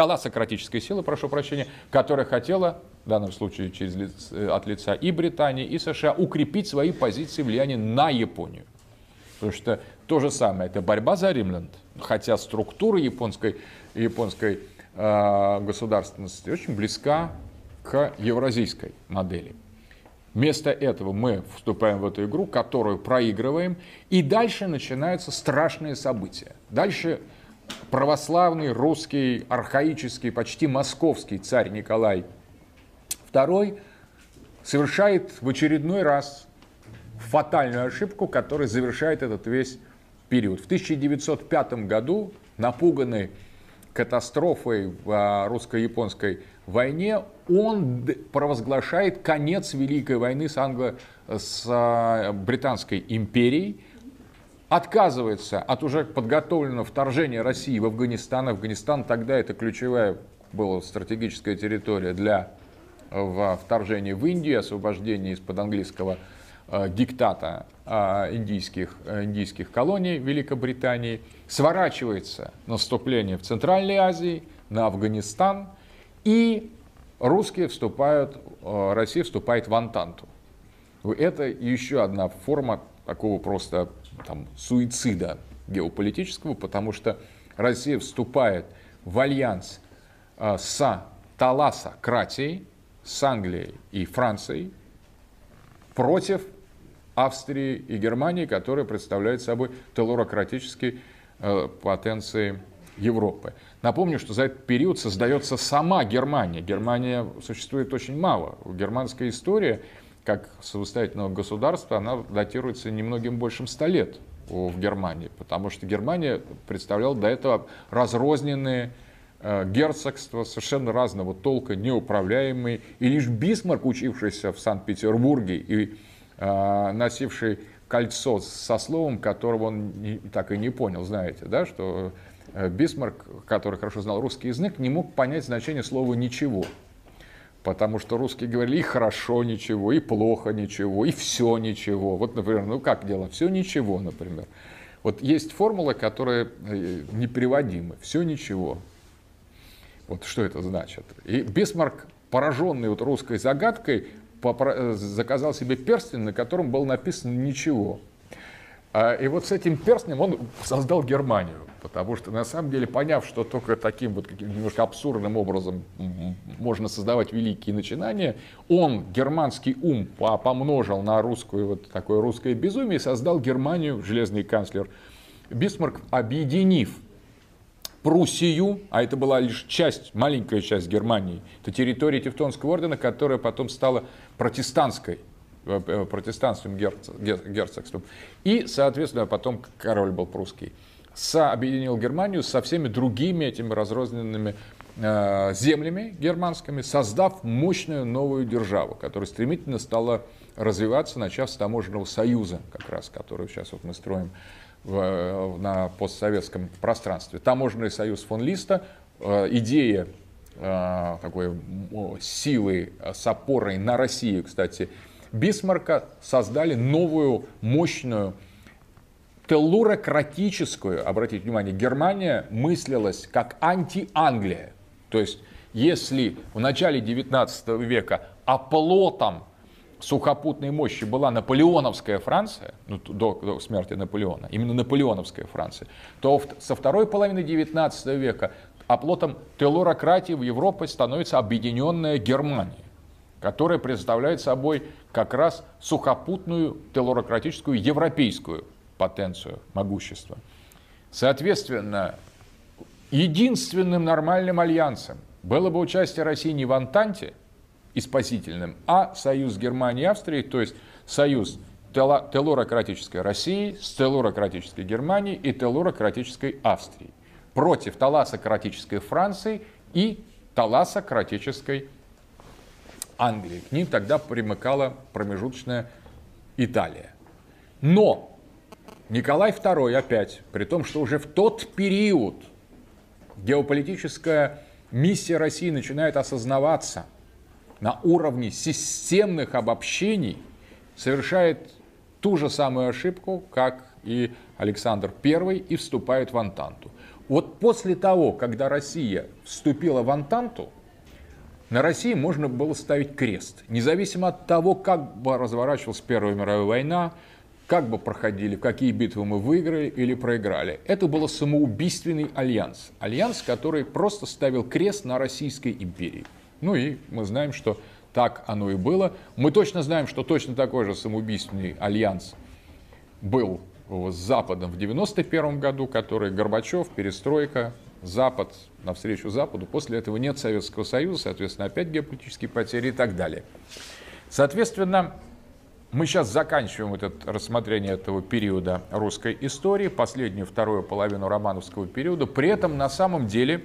хотела, в данном случае от лица и Британии, и США, укрепить свои позиции влияния на Японию. Потому что то же самое, это борьба за римлян, хотя структура японской государственности очень близка к евразийской модели. Вместо этого мы вступаем в эту игру, которую проигрываем, и дальше начинаются страшные события. Дальше православный, русский, архаический, почти московский царь Николай II совершает в очередной раз фатальную ошибку, которая завершает этот весь период. В 1905 году, напуганный катастрофой в русско-японской войне, он провозглашает конец Великой войны с Британской империей, отказывается от уже подготовленного вторжения России в Афганистан. Афганистан тогда это ключевая была стратегическая территория для вторжения в Индию, освобождения из-под английского диктата индийских колоний Великобритании. Сворачивается наступление в Центральной Азии, на Афганистан, и Россия вступает в Антанту. Это еще одна форма такого просто суицида геополитического, потому что Россия вступает в альянс с таласократией, с Англией и Францией против Австрии и Германии, которые представляют собой теллурократические потенции Европы. Напомню, что за этот период создается сама Германия. Германия существует очень мало. Германская история, как самостоятельного государства, она датируется немногим большим 100 лет в Германии, потому что Германия представляла до этого разрозненные герцогства совершенно разного толка, неуправляемые. И лишь Бисмарк, учившийся в Санкт-Петербурге и носивший кольцо со словом, которого он так и не понял, знаете, да, что Бисмарк, который хорошо знал русский язык, не мог понять значение слова «ничего». Потому что русские говорили и «хорошо ничего», и «плохо ничего», и «все ничего». Вот, например, как дело? «Все ничего», например. Вот есть формула, которая непереводима. «Все ничего». Вот что это значит? И Бисмарк, пораженный русской загадкой, заказал себе перстень, на котором было написано «ничего». И вот с этим перстнем он создал Германию, потому что на самом деле, поняв, что только таким вот немножко абсурдным образом можно создавать великие начинания, он германский ум помножил на такое русское безумие и создал Германию, железный канцлер Бисмарк, объединив Пруссию, а это была лишь маленькая часть Германии, это территория Тевтонского ордена, которая потом стала протестантским герцогством. И, соответственно, потом король был прусский. Объединил Германию со всеми другими этими разрозненными землями германскими, создав мощную новую державу, которая стремительно стала развиваться, начав с таможенного союза, как раз, который сейчас вот мы строим на постсоветском пространстве. Таможенный союз фон Листа, идея такой силы с опорой на Россию, кстати, Бисмарка, создали новую, мощную, теллурократическую, обратите внимание, Германия мыслилась как анти-Англия. То есть, если в начале 19 века оплотом сухопутной мощи была наполеоновская Франция, до смерти Наполеона, именно наполеоновская Франция, то со второй половины 19 века оплотом теллурократии в Европе становится объединенная Германия, которая представляет собой как раз сухопутную теллурократическую европейскую потенцию, могущество. Соответственно, единственным нормальным альянсом было бы участие России не в Антанте и спасительным, а союз Германии и Австрии, то есть союз теллурократической России с теллурократической Германией и теллурократической Австрией против талассократической Франции и талассократической Англии. К ним тогда примыкала промежуточная Италия. Но Николай II опять, при том, что уже в тот период геополитическая миссия России начинает осознаваться на уровне системных обобщений, совершает ту же самую ошибку, как и Александр I, и вступает в Антанту. Вот после того, когда Россия вступила в Антанту, на России можно было ставить крест, независимо от того, как бы разворачивалась Первая мировая война, как бы проходили, какие битвы мы выиграли или проиграли. Это был самоубийственный альянс. Альянс, который просто ставил крест на Российской империи. Ну и мы знаем, что так оно и было. Мы точно знаем, что точно такой же самоубийственный альянс был с Западом в 1991 году, который Горбачев, перестройка, Запад навстречу Западу. После этого нет Советского Союза, соответственно, опять геополитические потери и так далее. Соответственно, мы сейчас заканчиваем это рассмотрение этого периода русской истории, последнюю, вторую половину романовского периода. При этом на самом деле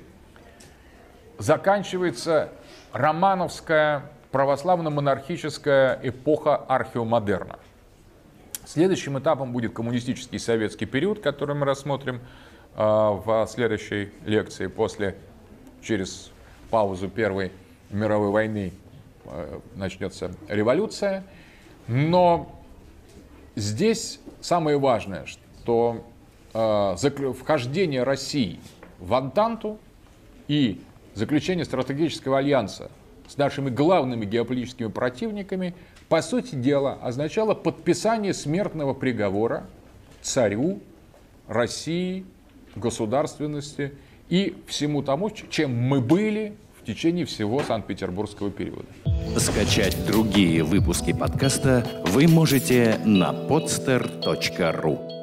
заканчивается романовская православно-монархическая эпоха археомодерна. Следующим этапом будет коммунистический советский период, который мы рассмотрим в следующей лекции. Через паузу Первой мировой войны начнется революция. Но здесь самое важное, что вхождение России в Антанту и заключение стратегического альянса с нашими главными геополитическими противниками, по сути дела, означало подписание смертного приговора царю, России, государственности и всему тому, чем мы были в течение всего Санкт-Петербургского периода. Скачать другие выпуски подкаста вы можете на podster.ru.